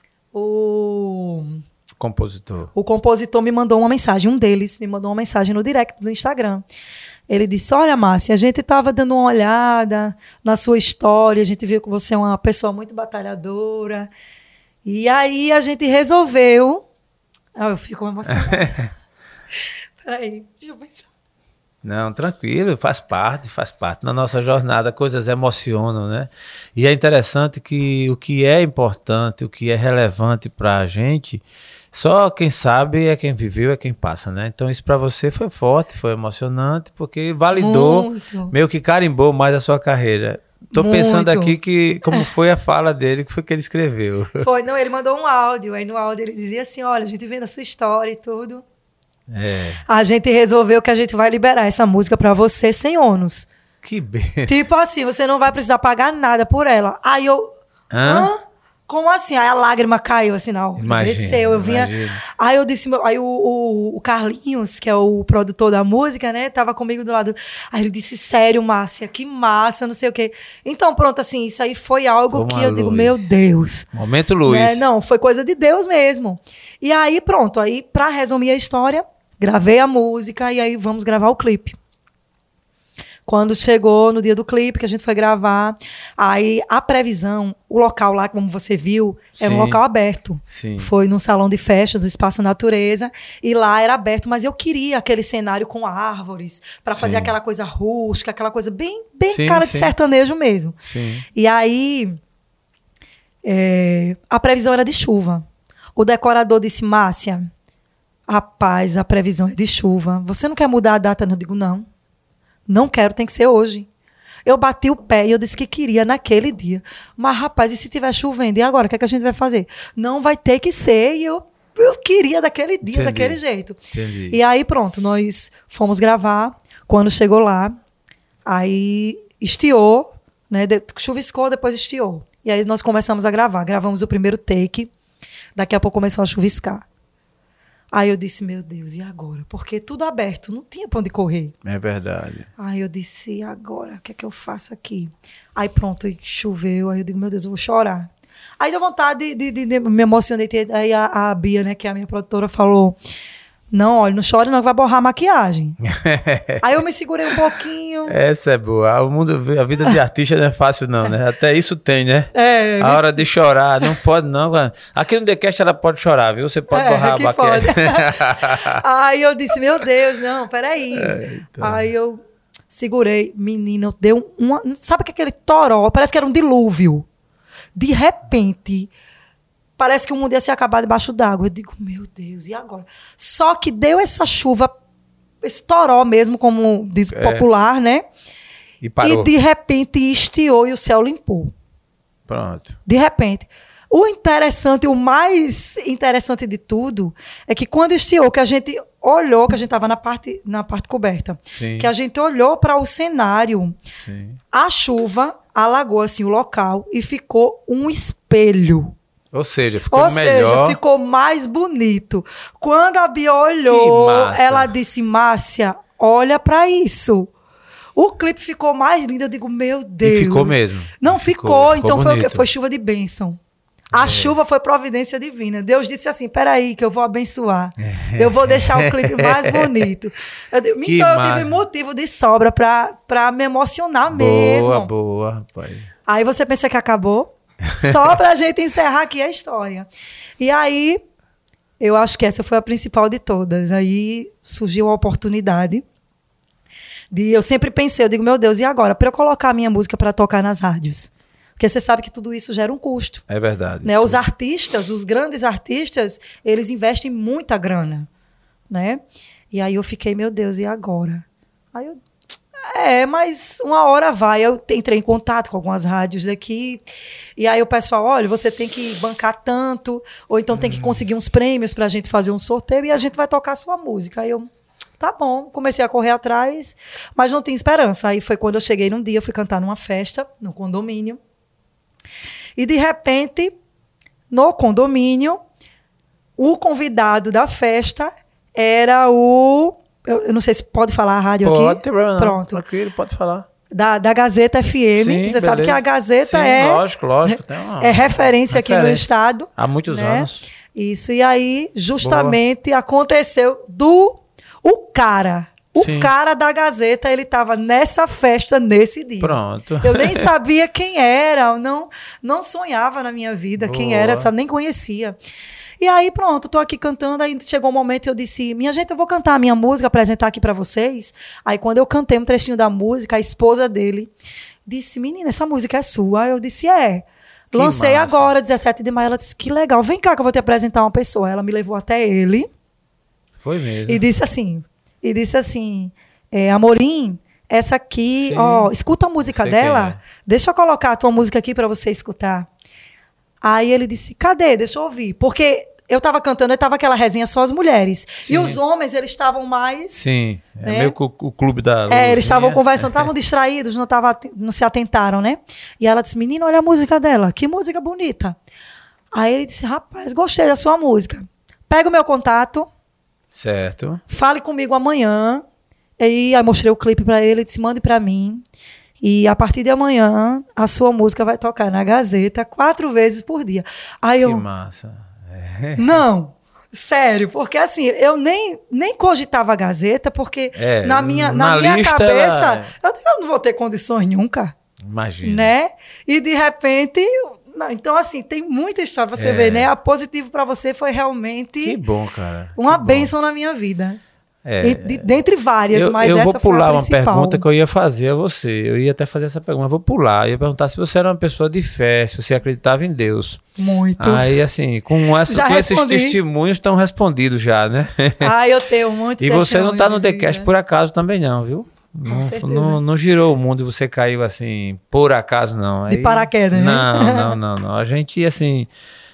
o compositor. O compositor me mandou uma mensagem, um deles me mandou uma mensagem no direct do Instagram. Ele disse, olha, Márcia, a gente estava dando uma olhada na sua história, a gente viu que você é uma pessoa muito batalhadora. E aí a gente resolveu... Ah, eu fico emocionada. Peraí, deixa eu pensar. Não, tranquilo, faz parte, faz parte. Na nossa jornada, coisas emocionam, né? E é interessante que o que é importante, o que é relevante para a gente, só quem sabe é quem viveu, é quem passa, né? Então isso para você foi forte, foi emocionante, porque validou, Muito. Meio que carimbou mais a sua carreira. Tô Muito. pensando aqui que como foi a fala dele, que foi que ele escreveu. Foi, não, ele mandou um áudio, aí no áudio ele dizia assim, olha, a gente vendo a sua história e tudo. É. A gente resolveu que a gente vai liberar essa música pra você sem ônus. Que bem. Tipo assim, você não vai precisar pagar nada por ela. Aí eu... Hã? Hã? Como assim? Aí a lágrima caiu assim na hora. Imagina, Desceu, eu vinha... imagina. Aí eu disse... Aí o, o, o Carlinhos, que é o produtor da música, né? Tava comigo do lado. Aí ele disse, sério, Márcia, que massa, não sei o quê. Então, pronto, assim, isso aí foi algo Foi que uma eu digo, luz. meu Deus. Momento luz. Né? Não, foi coisa de Deus mesmo. E aí, pronto. Aí, pra resumir a história, gravei a música e aí vamos gravar o clipe. Quando chegou no dia do clipe, que a gente foi gravar, aí a previsão, o local lá, como você viu, era um Sim. local aberto. Sim. Foi num salão de festas do Espaço Natureza, e lá era aberto, mas eu queria aquele cenário com árvores, para fazer Sim. aquela coisa rústica, aquela coisa bem, bem Sim, cara de sim. sertanejo mesmo. Sim. E aí, é, a previsão era de chuva. O decorador disse, Márcia, rapaz, a previsão é de chuva. Você não quer mudar a data? Eu digo, não. Não quero, tem que ser hoje. Eu bati o pé e eu disse que queria naquele dia. Mas, rapaz, e se estiver chovendo? E agora? O que, é que a gente vai fazer? Não vai ter que ser. E eu, eu queria daquele dia, Entendi. daquele jeito. Entendi. E aí, pronto, nós fomos gravar. Quando chegou lá, aí estiou, né? De, chuviscou, depois estiou. E aí nós começamos a gravar. Gravamos o primeiro take. Daqui a pouco começou a chuviscar. Aí eu disse, meu Deus, e agora? Porque tudo aberto, não tinha pra onde correr. É verdade. Aí eu disse, e agora? O que é que eu faço aqui? Aí pronto, e choveu. Aí eu digo, meu Deus, eu vou chorar. Aí deu vontade de, de, de, de me emocionei. Aí a, a Bia, né, que é a minha produtora, falou, não, olha, não chore não, que vai borrar a maquiagem. Aí eu me segurei um pouquinho. Essa é boa. O mundo, a vida de artista não é fácil não, né? Até isso tem, né? É, A me- hora de chorar, não pode não. cara. Aqui no The Cast ela pode chorar, viu? Você pode É, borrar a que maquiagem. Aí eu disse, meu Deus, não, peraí. Eita. Aí eu segurei, menina, deu uma... Sabe que aquele toró, parece que era um dilúvio. De repente, parece que o mundo ia se acabar debaixo d'água. Eu digo, meu Deus, e agora? Só que deu essa chuva, esse toró mesmo, como diz o É. popular, né? E parou. E de repente estiou e o céu limpou. Pronto. De repente. O interessante, o mais interessante de tudo, é que quando estiou, que a gente olhou, que a gente estava na parte, na parte coberta, Sim. que a gente olhou para o cenário, Sim. a chuva alagou assim, o local e ficou um espelho. Ou seja, ficou Ou melhor. seja, ficou mais bonito. Quando a Bia olhou, Que massa. ela disse, Márcia, olha pra isso. O clipe ficou mais lindo, eu digo, meu Deus. E ficou mesmo. Não ficou, ficou então ficou foi o quê? bonito. Foi chuva de bênção. A É. chuva foi providência divina. Deus disse assim, peraí que eu vou abençoar. Eu vou deixar o clipe mais bonito. Eu digo, Que então eu massa. tive motivo de sobra pra, pra me emocionar Boa, mesmo. boa, rapaz. Aí você pensa que acabou? Só pra gente encerrar aqui a história. E aí, eu acho que essa foi a principal de todas. Aí surgiu a oportunidade de... Eu sempre pensei, eu digo, meu Deus, e agora? Para eu colocar a minha música para tocar nas rádios. Porque você sabe que tudo isso gera um custo. É verdade. Né? Os artistas, os grandes artistas, eles investem muita grana. Né? E aí eu fiquei, meu Deus, e agora? Aí eu... É, mas uma hora vai. Eu entrei em contato com algumas rádios daqui. E aí o pessoal, olha, você tem que bancar tanto, ou então tem que conseguir uns prêmios pra gente fazer um sorteio e a gente vai tocar a sua música. Aí eu, tá bom, comecei a correr atrás, mas não tinha esperança. Aí foi quando eu cheguei num dia, eu fui cantar numa festa, no condomínio. E de repente, no condomínio, o convidado da festa era o... Eu, eu não sei se pode falar a rádio Pode, aqui. não tem problema não. Pronto. Tranquilo, pode falar. Da, da Gazeta F M. Sim, Você sabe beleza. que a Gazeta Sim, é, lógico, lógico. Tem uma, é referência aqui no referência. estado. Há muitos né? anos. Isso. E aí, justamente, aconteceu do... O cara... O Sim. cara da Gazeta, ele estava nessa festa, nesse dia. Pronto. Eu nem sabia quem era, eu não, não sonhava na minha vida quem Boa. era, sabe? Nem conhecia. E aí, pronto, tô aqui cantando, aí chegou um momento e eu disse, minha gente, eu vou cantar a minha música, apresentar aqui para vocês. Aí, quando eu cantei um trechinho da música, a esposa dele disse, menina, essa música é sua? Aí eu disse, é. Que Lancei massa. agora, dezessete de maio, ela disse, que legal, vem cá que eu vou te apresentar uma pessoa. Ela me levou até ele Foi mesmo. e disse assim, e disse assim, é, Amorim, essa aqui, Sim. ó, escuta a música Sei quem dela, é. deixa eu colocar a tua música aqui para você escutar. Aí ele disse, cadê? Deixa eu ouvir. Porque eu tava cantando, e tava aquela resenha só as mulheres. Sim. E os homens, eles estavam mais... Sim, é né? meio que o, o clube da É, eles luzinha. estavam conversando, estavam distraídos, não, tava, não se atentaram, né? E ela disse, menina, olha a música dela, que música bonita. Aí ele disse, rapaz, gostei da sua música. Pega o meu contato, Certo. fale comigo amanhã. E aí, aí mostrei o clipe para ele, ele disse, mande para mim. E a partir de amanhã, a sua música vai tocar na Gazeta quatro vezes por dia. Aí Que eu, massa. não, sério, porque assim, eu nem, nem cogitava a Gazeta, porque É, na minha, na na minha lista, cabeça, ela- eu, digo, eu não vou ter condições nunca, Imagina. né? E de repente, não, então assim, tem muita história pra você É. ver, né? A positivo para você foi realmente Que bom, cara. uma que bom. bênção na minha vida. É, E de- dentre várias, eu, mas eu essa vou foi a pular uma principal. pergunta que eu ia fazer a você. Eu ia até fazer essa pergunta, mas vou pular. Eu ia perguntar se você era uma pessoa de fé, se você acreditava em Deus. Muito. Aí, assim, com, essa, Já com esses respondi. testemunhos estão respondidos já, né? Ah, eu tenho muito E você não tá no testemunho de TheCast vida. por acaso também não, viu? Não, certeza. não, não girou o mundo e você caiu assim, por acaso não. De paraquedas, né? Não, não, não, não. A gente, assim,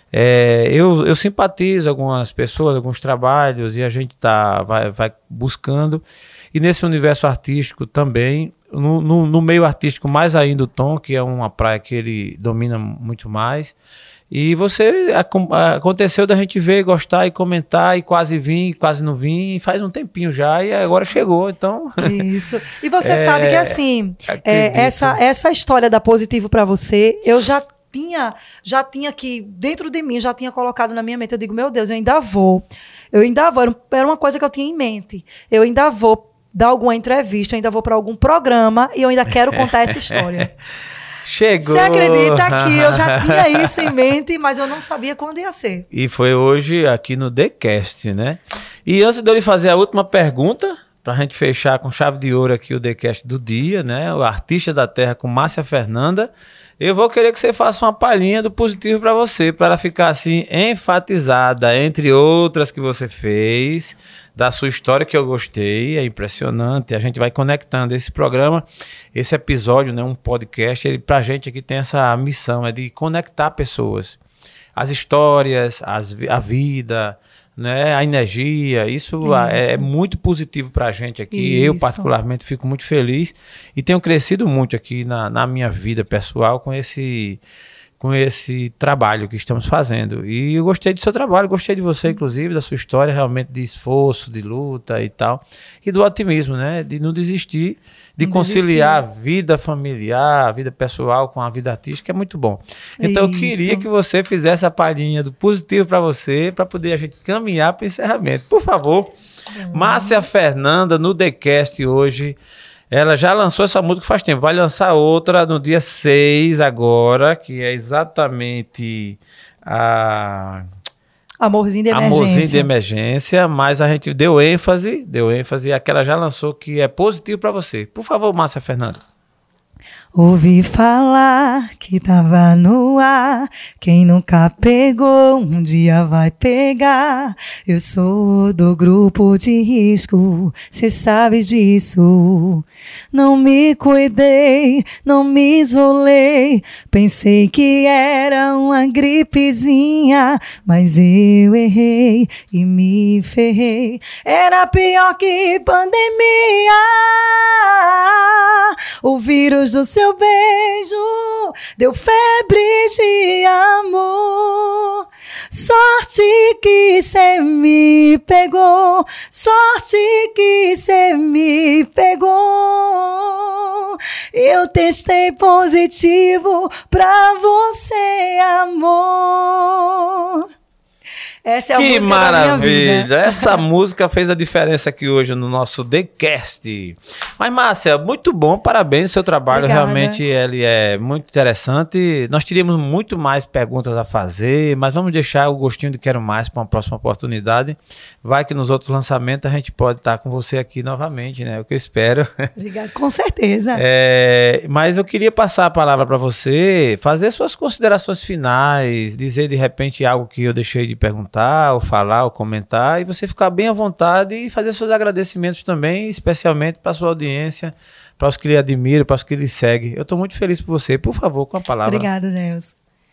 é, eu, eu simpatizo algumas pessoas, alguns trabalhos e a gente tá, vai, vai buscando. E nesse universo artístico também, no, no, no meio artístico mais ainda o Tom, que é uma praia que ele domina muito mais. E você, acom- aconteceu da gente ver, gostar e comentar e quase vir, quase não vir, faz um tempinho já e agora chegou, então... Isso. E você É, sabe que assim, é, acredito. essa, essa história da Positivo para você, eu já tinha, já tinha que, dentro de mim, já tinha colocado na minha mente. Eu digo, meu Deus, eu ainda vou. Eu ainda vou. Era um- Era uma coisa que eu tinha em mente. Eu ainda vou dar alguma entrevista, eu ainda vou para algum programa e eu ainda quero contar essa história. Chegou! Você acredita que eu já tinha isso em mente, mas eu não sabia quando ia ser. E foi hoje aqui no TheCast, né? E antes de eu lhe fazer a última pergunta, pra gente fechar com chave de ouro aqui o TheCast do dia, né? O Artista da Terra com Márcia Fernanda. Eu vou querer que você faça uma palhinha do positivo pra você, para ela ficar assim enfatizada, entre outras que você fez, da sua história que eu gostei, é impressionante. A gente vai conectando esse programa, esse episódio, né, um podcast, ele pra gente aqui tem essa missão, é de conectar pessoas. As histórias, as, vi- a vida, né, a energia, isso, Isso. É, é muito positivo pra gente aqui. Eu, Isso. particularmente, fico muito feliz e tenho crescido muito aqui na, na minha vida pessoal com esse, com esse trabalho que estamos fazendo. E eu gostei do seu trabalho, gostei de você, inclusive, da sua história realmente de esforço, de luta e tal. E do otimismo, né? De não desistir, de Não conciliar desistir. a vida familiar, a vida pessoal com a vida artística, é muito bom. Então eu Isso. queria que você fizesse a palhinha do positivo para você, para poder a gente caminhar para o encerramento. Por favor, Márcia Fernanda, no TheCast hoje. Ela já lançou essa música faz tempo, vai lançar outra no dia seis agora, que é exatamente a Amorzinho de emergência. Amorzinho de Emergência, mas a gente deu ênfase, deu ênfase, a que ela já lançou que é positivo para você. Por favor, Márcia Fernanda. Ouvi falar que tava no ar, quem nunca pegou, um dia vai pegar. Eu sou do grupo de risco, cê sabe disso. Não me cuidei, não me isolei, pensei que era uma gripezinha, mas eu errei e me ferrei. Era pior que pandemia, o vírus do seu beijo deu febre de amor. Sorte que cê me pegou, sorte que cê me pegou. Eu testei positivo pra você, amor. Essa é a Que música da minha maravilha! vida. Essa música fez a diferença aqui hoje no nosso TheCast. Mas, Márcia, muito bom, parabéns, o seu trabalho Obrigada. realmente ele é muito interessante. Nós teríamos muito mais perguntas a fazer, mas vamos deixar o gostinho de quero mais para uma próxima oportunidade. Vai que nos outros lançamentos a gente pode estar com você aqui novamente, né? É o que eu espero. Obrigada, com certeza. É, mas eu queria passar a palavra para você, fazer suas considerações finais, dizer de repente algo que eu deixei de perguntar, ou falar, ou comentar, e você ficar bem à vontade e fazer seus agradecimentos também, especialmente para a sua audiência, para os que lhe admiram, para os que lhe seguem. Eu estou muito feliz por você. Por favor, com a palavra. Obrigada, Gelson.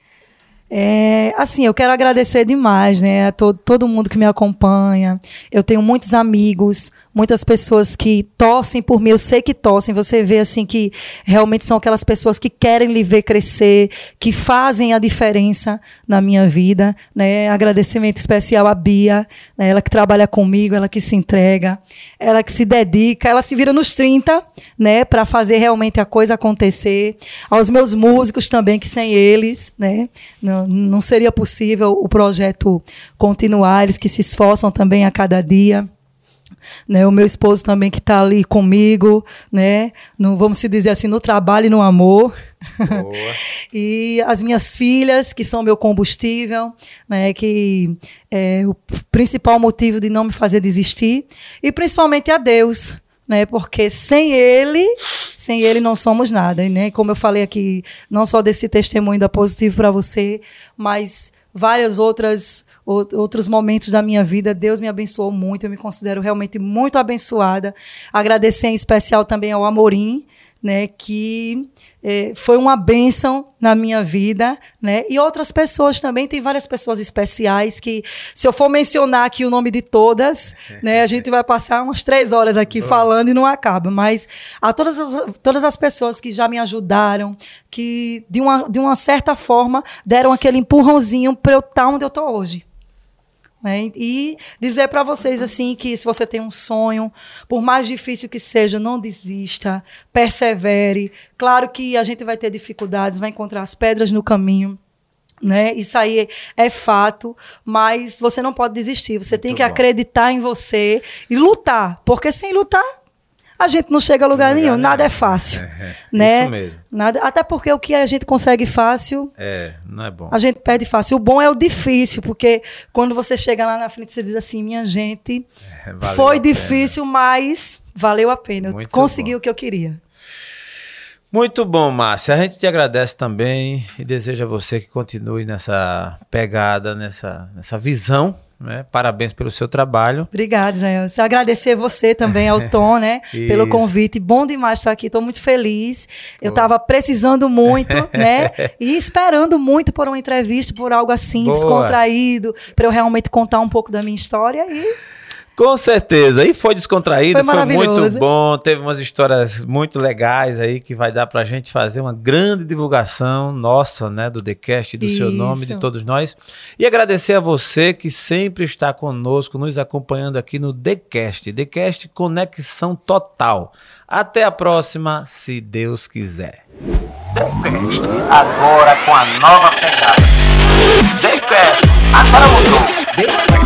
É, assim, eu quero agradecer demais, né, a todo, todo mundo que me acompanha. Eu tenho muitos amigos, muitas pessoas que torcem por mim. Eu sei que torcem. Você vê assim que realmente são aquelas pessoas que querem lhe ver crescer, que fazem a diferença na minha vida, né? Agradecimento especial à Bia, né? Ela que trabalha comigo, ela que se entrega, ela que se dedica, ela se vira nos trinta, né, para fazer realmente a coisa acontecer. Aos meus músicos também, que sem eles, né, não, não seria possível o projeto continuar, eles que se esforçam também a cada dia. Né, o meu esposo também que está ali comigo, né, no, vamos se dizer assim, no trabalho e no amor. Boa. E as minhas filhas, que são meu combustível, né, que é o principal motivo de não me fazer desistir. E principalmente a Deus, né, porque sem Ele, sem Ele não somos nada. E, né, como eu falei aqui, não só desse testemunho da Positivo para você, mas várias outras outros momentos da minha vida, Deus me abençoou muito, eu me considero realmente muito abençoada. Agradecer em especial também ao Amorim, né, que eh, foi uma bênção na minha vida, né, e outras pessoas também, tem várias pessoas especiais que, se eu for mencionar aqui o nome de todas, né, a gente vai passar umas três horas aqui falando e não acaba, mas a todas as, todas as pessoas que já me ajudaram, que de uma, de uma certa forma deram aquele empurrãozinho para eu estar onde eu estou hoje. Né? E dizer para vocês assim que se você tem um sonho, por mais difícil que seja, não desista, persevere. Claro que a gente vai ter dificuldades, vai encontrar as pedras no caminho, né? Isso aí é fato, mas você não pode desistir. Você tem Muito que bom. acreditar em você e lutar, porque sem lutar a gente não chega a lugar, Lugar nenhum. nenhum. Nada é fácil, É, né? isso mesmo. Nada, até porque o que a gente consegue fácil, É, não é bom. a gente perde fácil. O bom é o difícil, porque quando você chega lá na frente, você diz assim, minha gente, É, valeu foi a pena. difícil, mas valeu a pena. Eu Muito consegui bom. o que eu queria. Muito bom, Márcia. A gente te agradece também e deseja a você que continue nessa pegada, nessa, nessa visão, né? Parabéns pelo seu trabalho. Obrigada, Jael. Agradecer você também, ao Tom, né, pelo Isso. convite. Bom demais estar aqui, estou muito feliz. Eu estava precisando muito, né, e esperando muito por uma entrevista, por algo assim, Boa. descontraído, para eu realmente contar um pouco da minha história e Com certeza. E foi descontraído, Foi foi, muito maravilhoso. bom. Teve umas histórias muito legais aí que vai dar pra gente fazer uma grande divulgação nossa, né? Do TheCast, do seu nome, de Isso. todos nós. E agradecer a você que sempre está conosco, nos acompanhando aqui no TheCast. TheCast Conexão Total. Até a próxima, se Deus quiser. TheCast, agora com a nova pegada. TheCast, agora mudou. TheCast.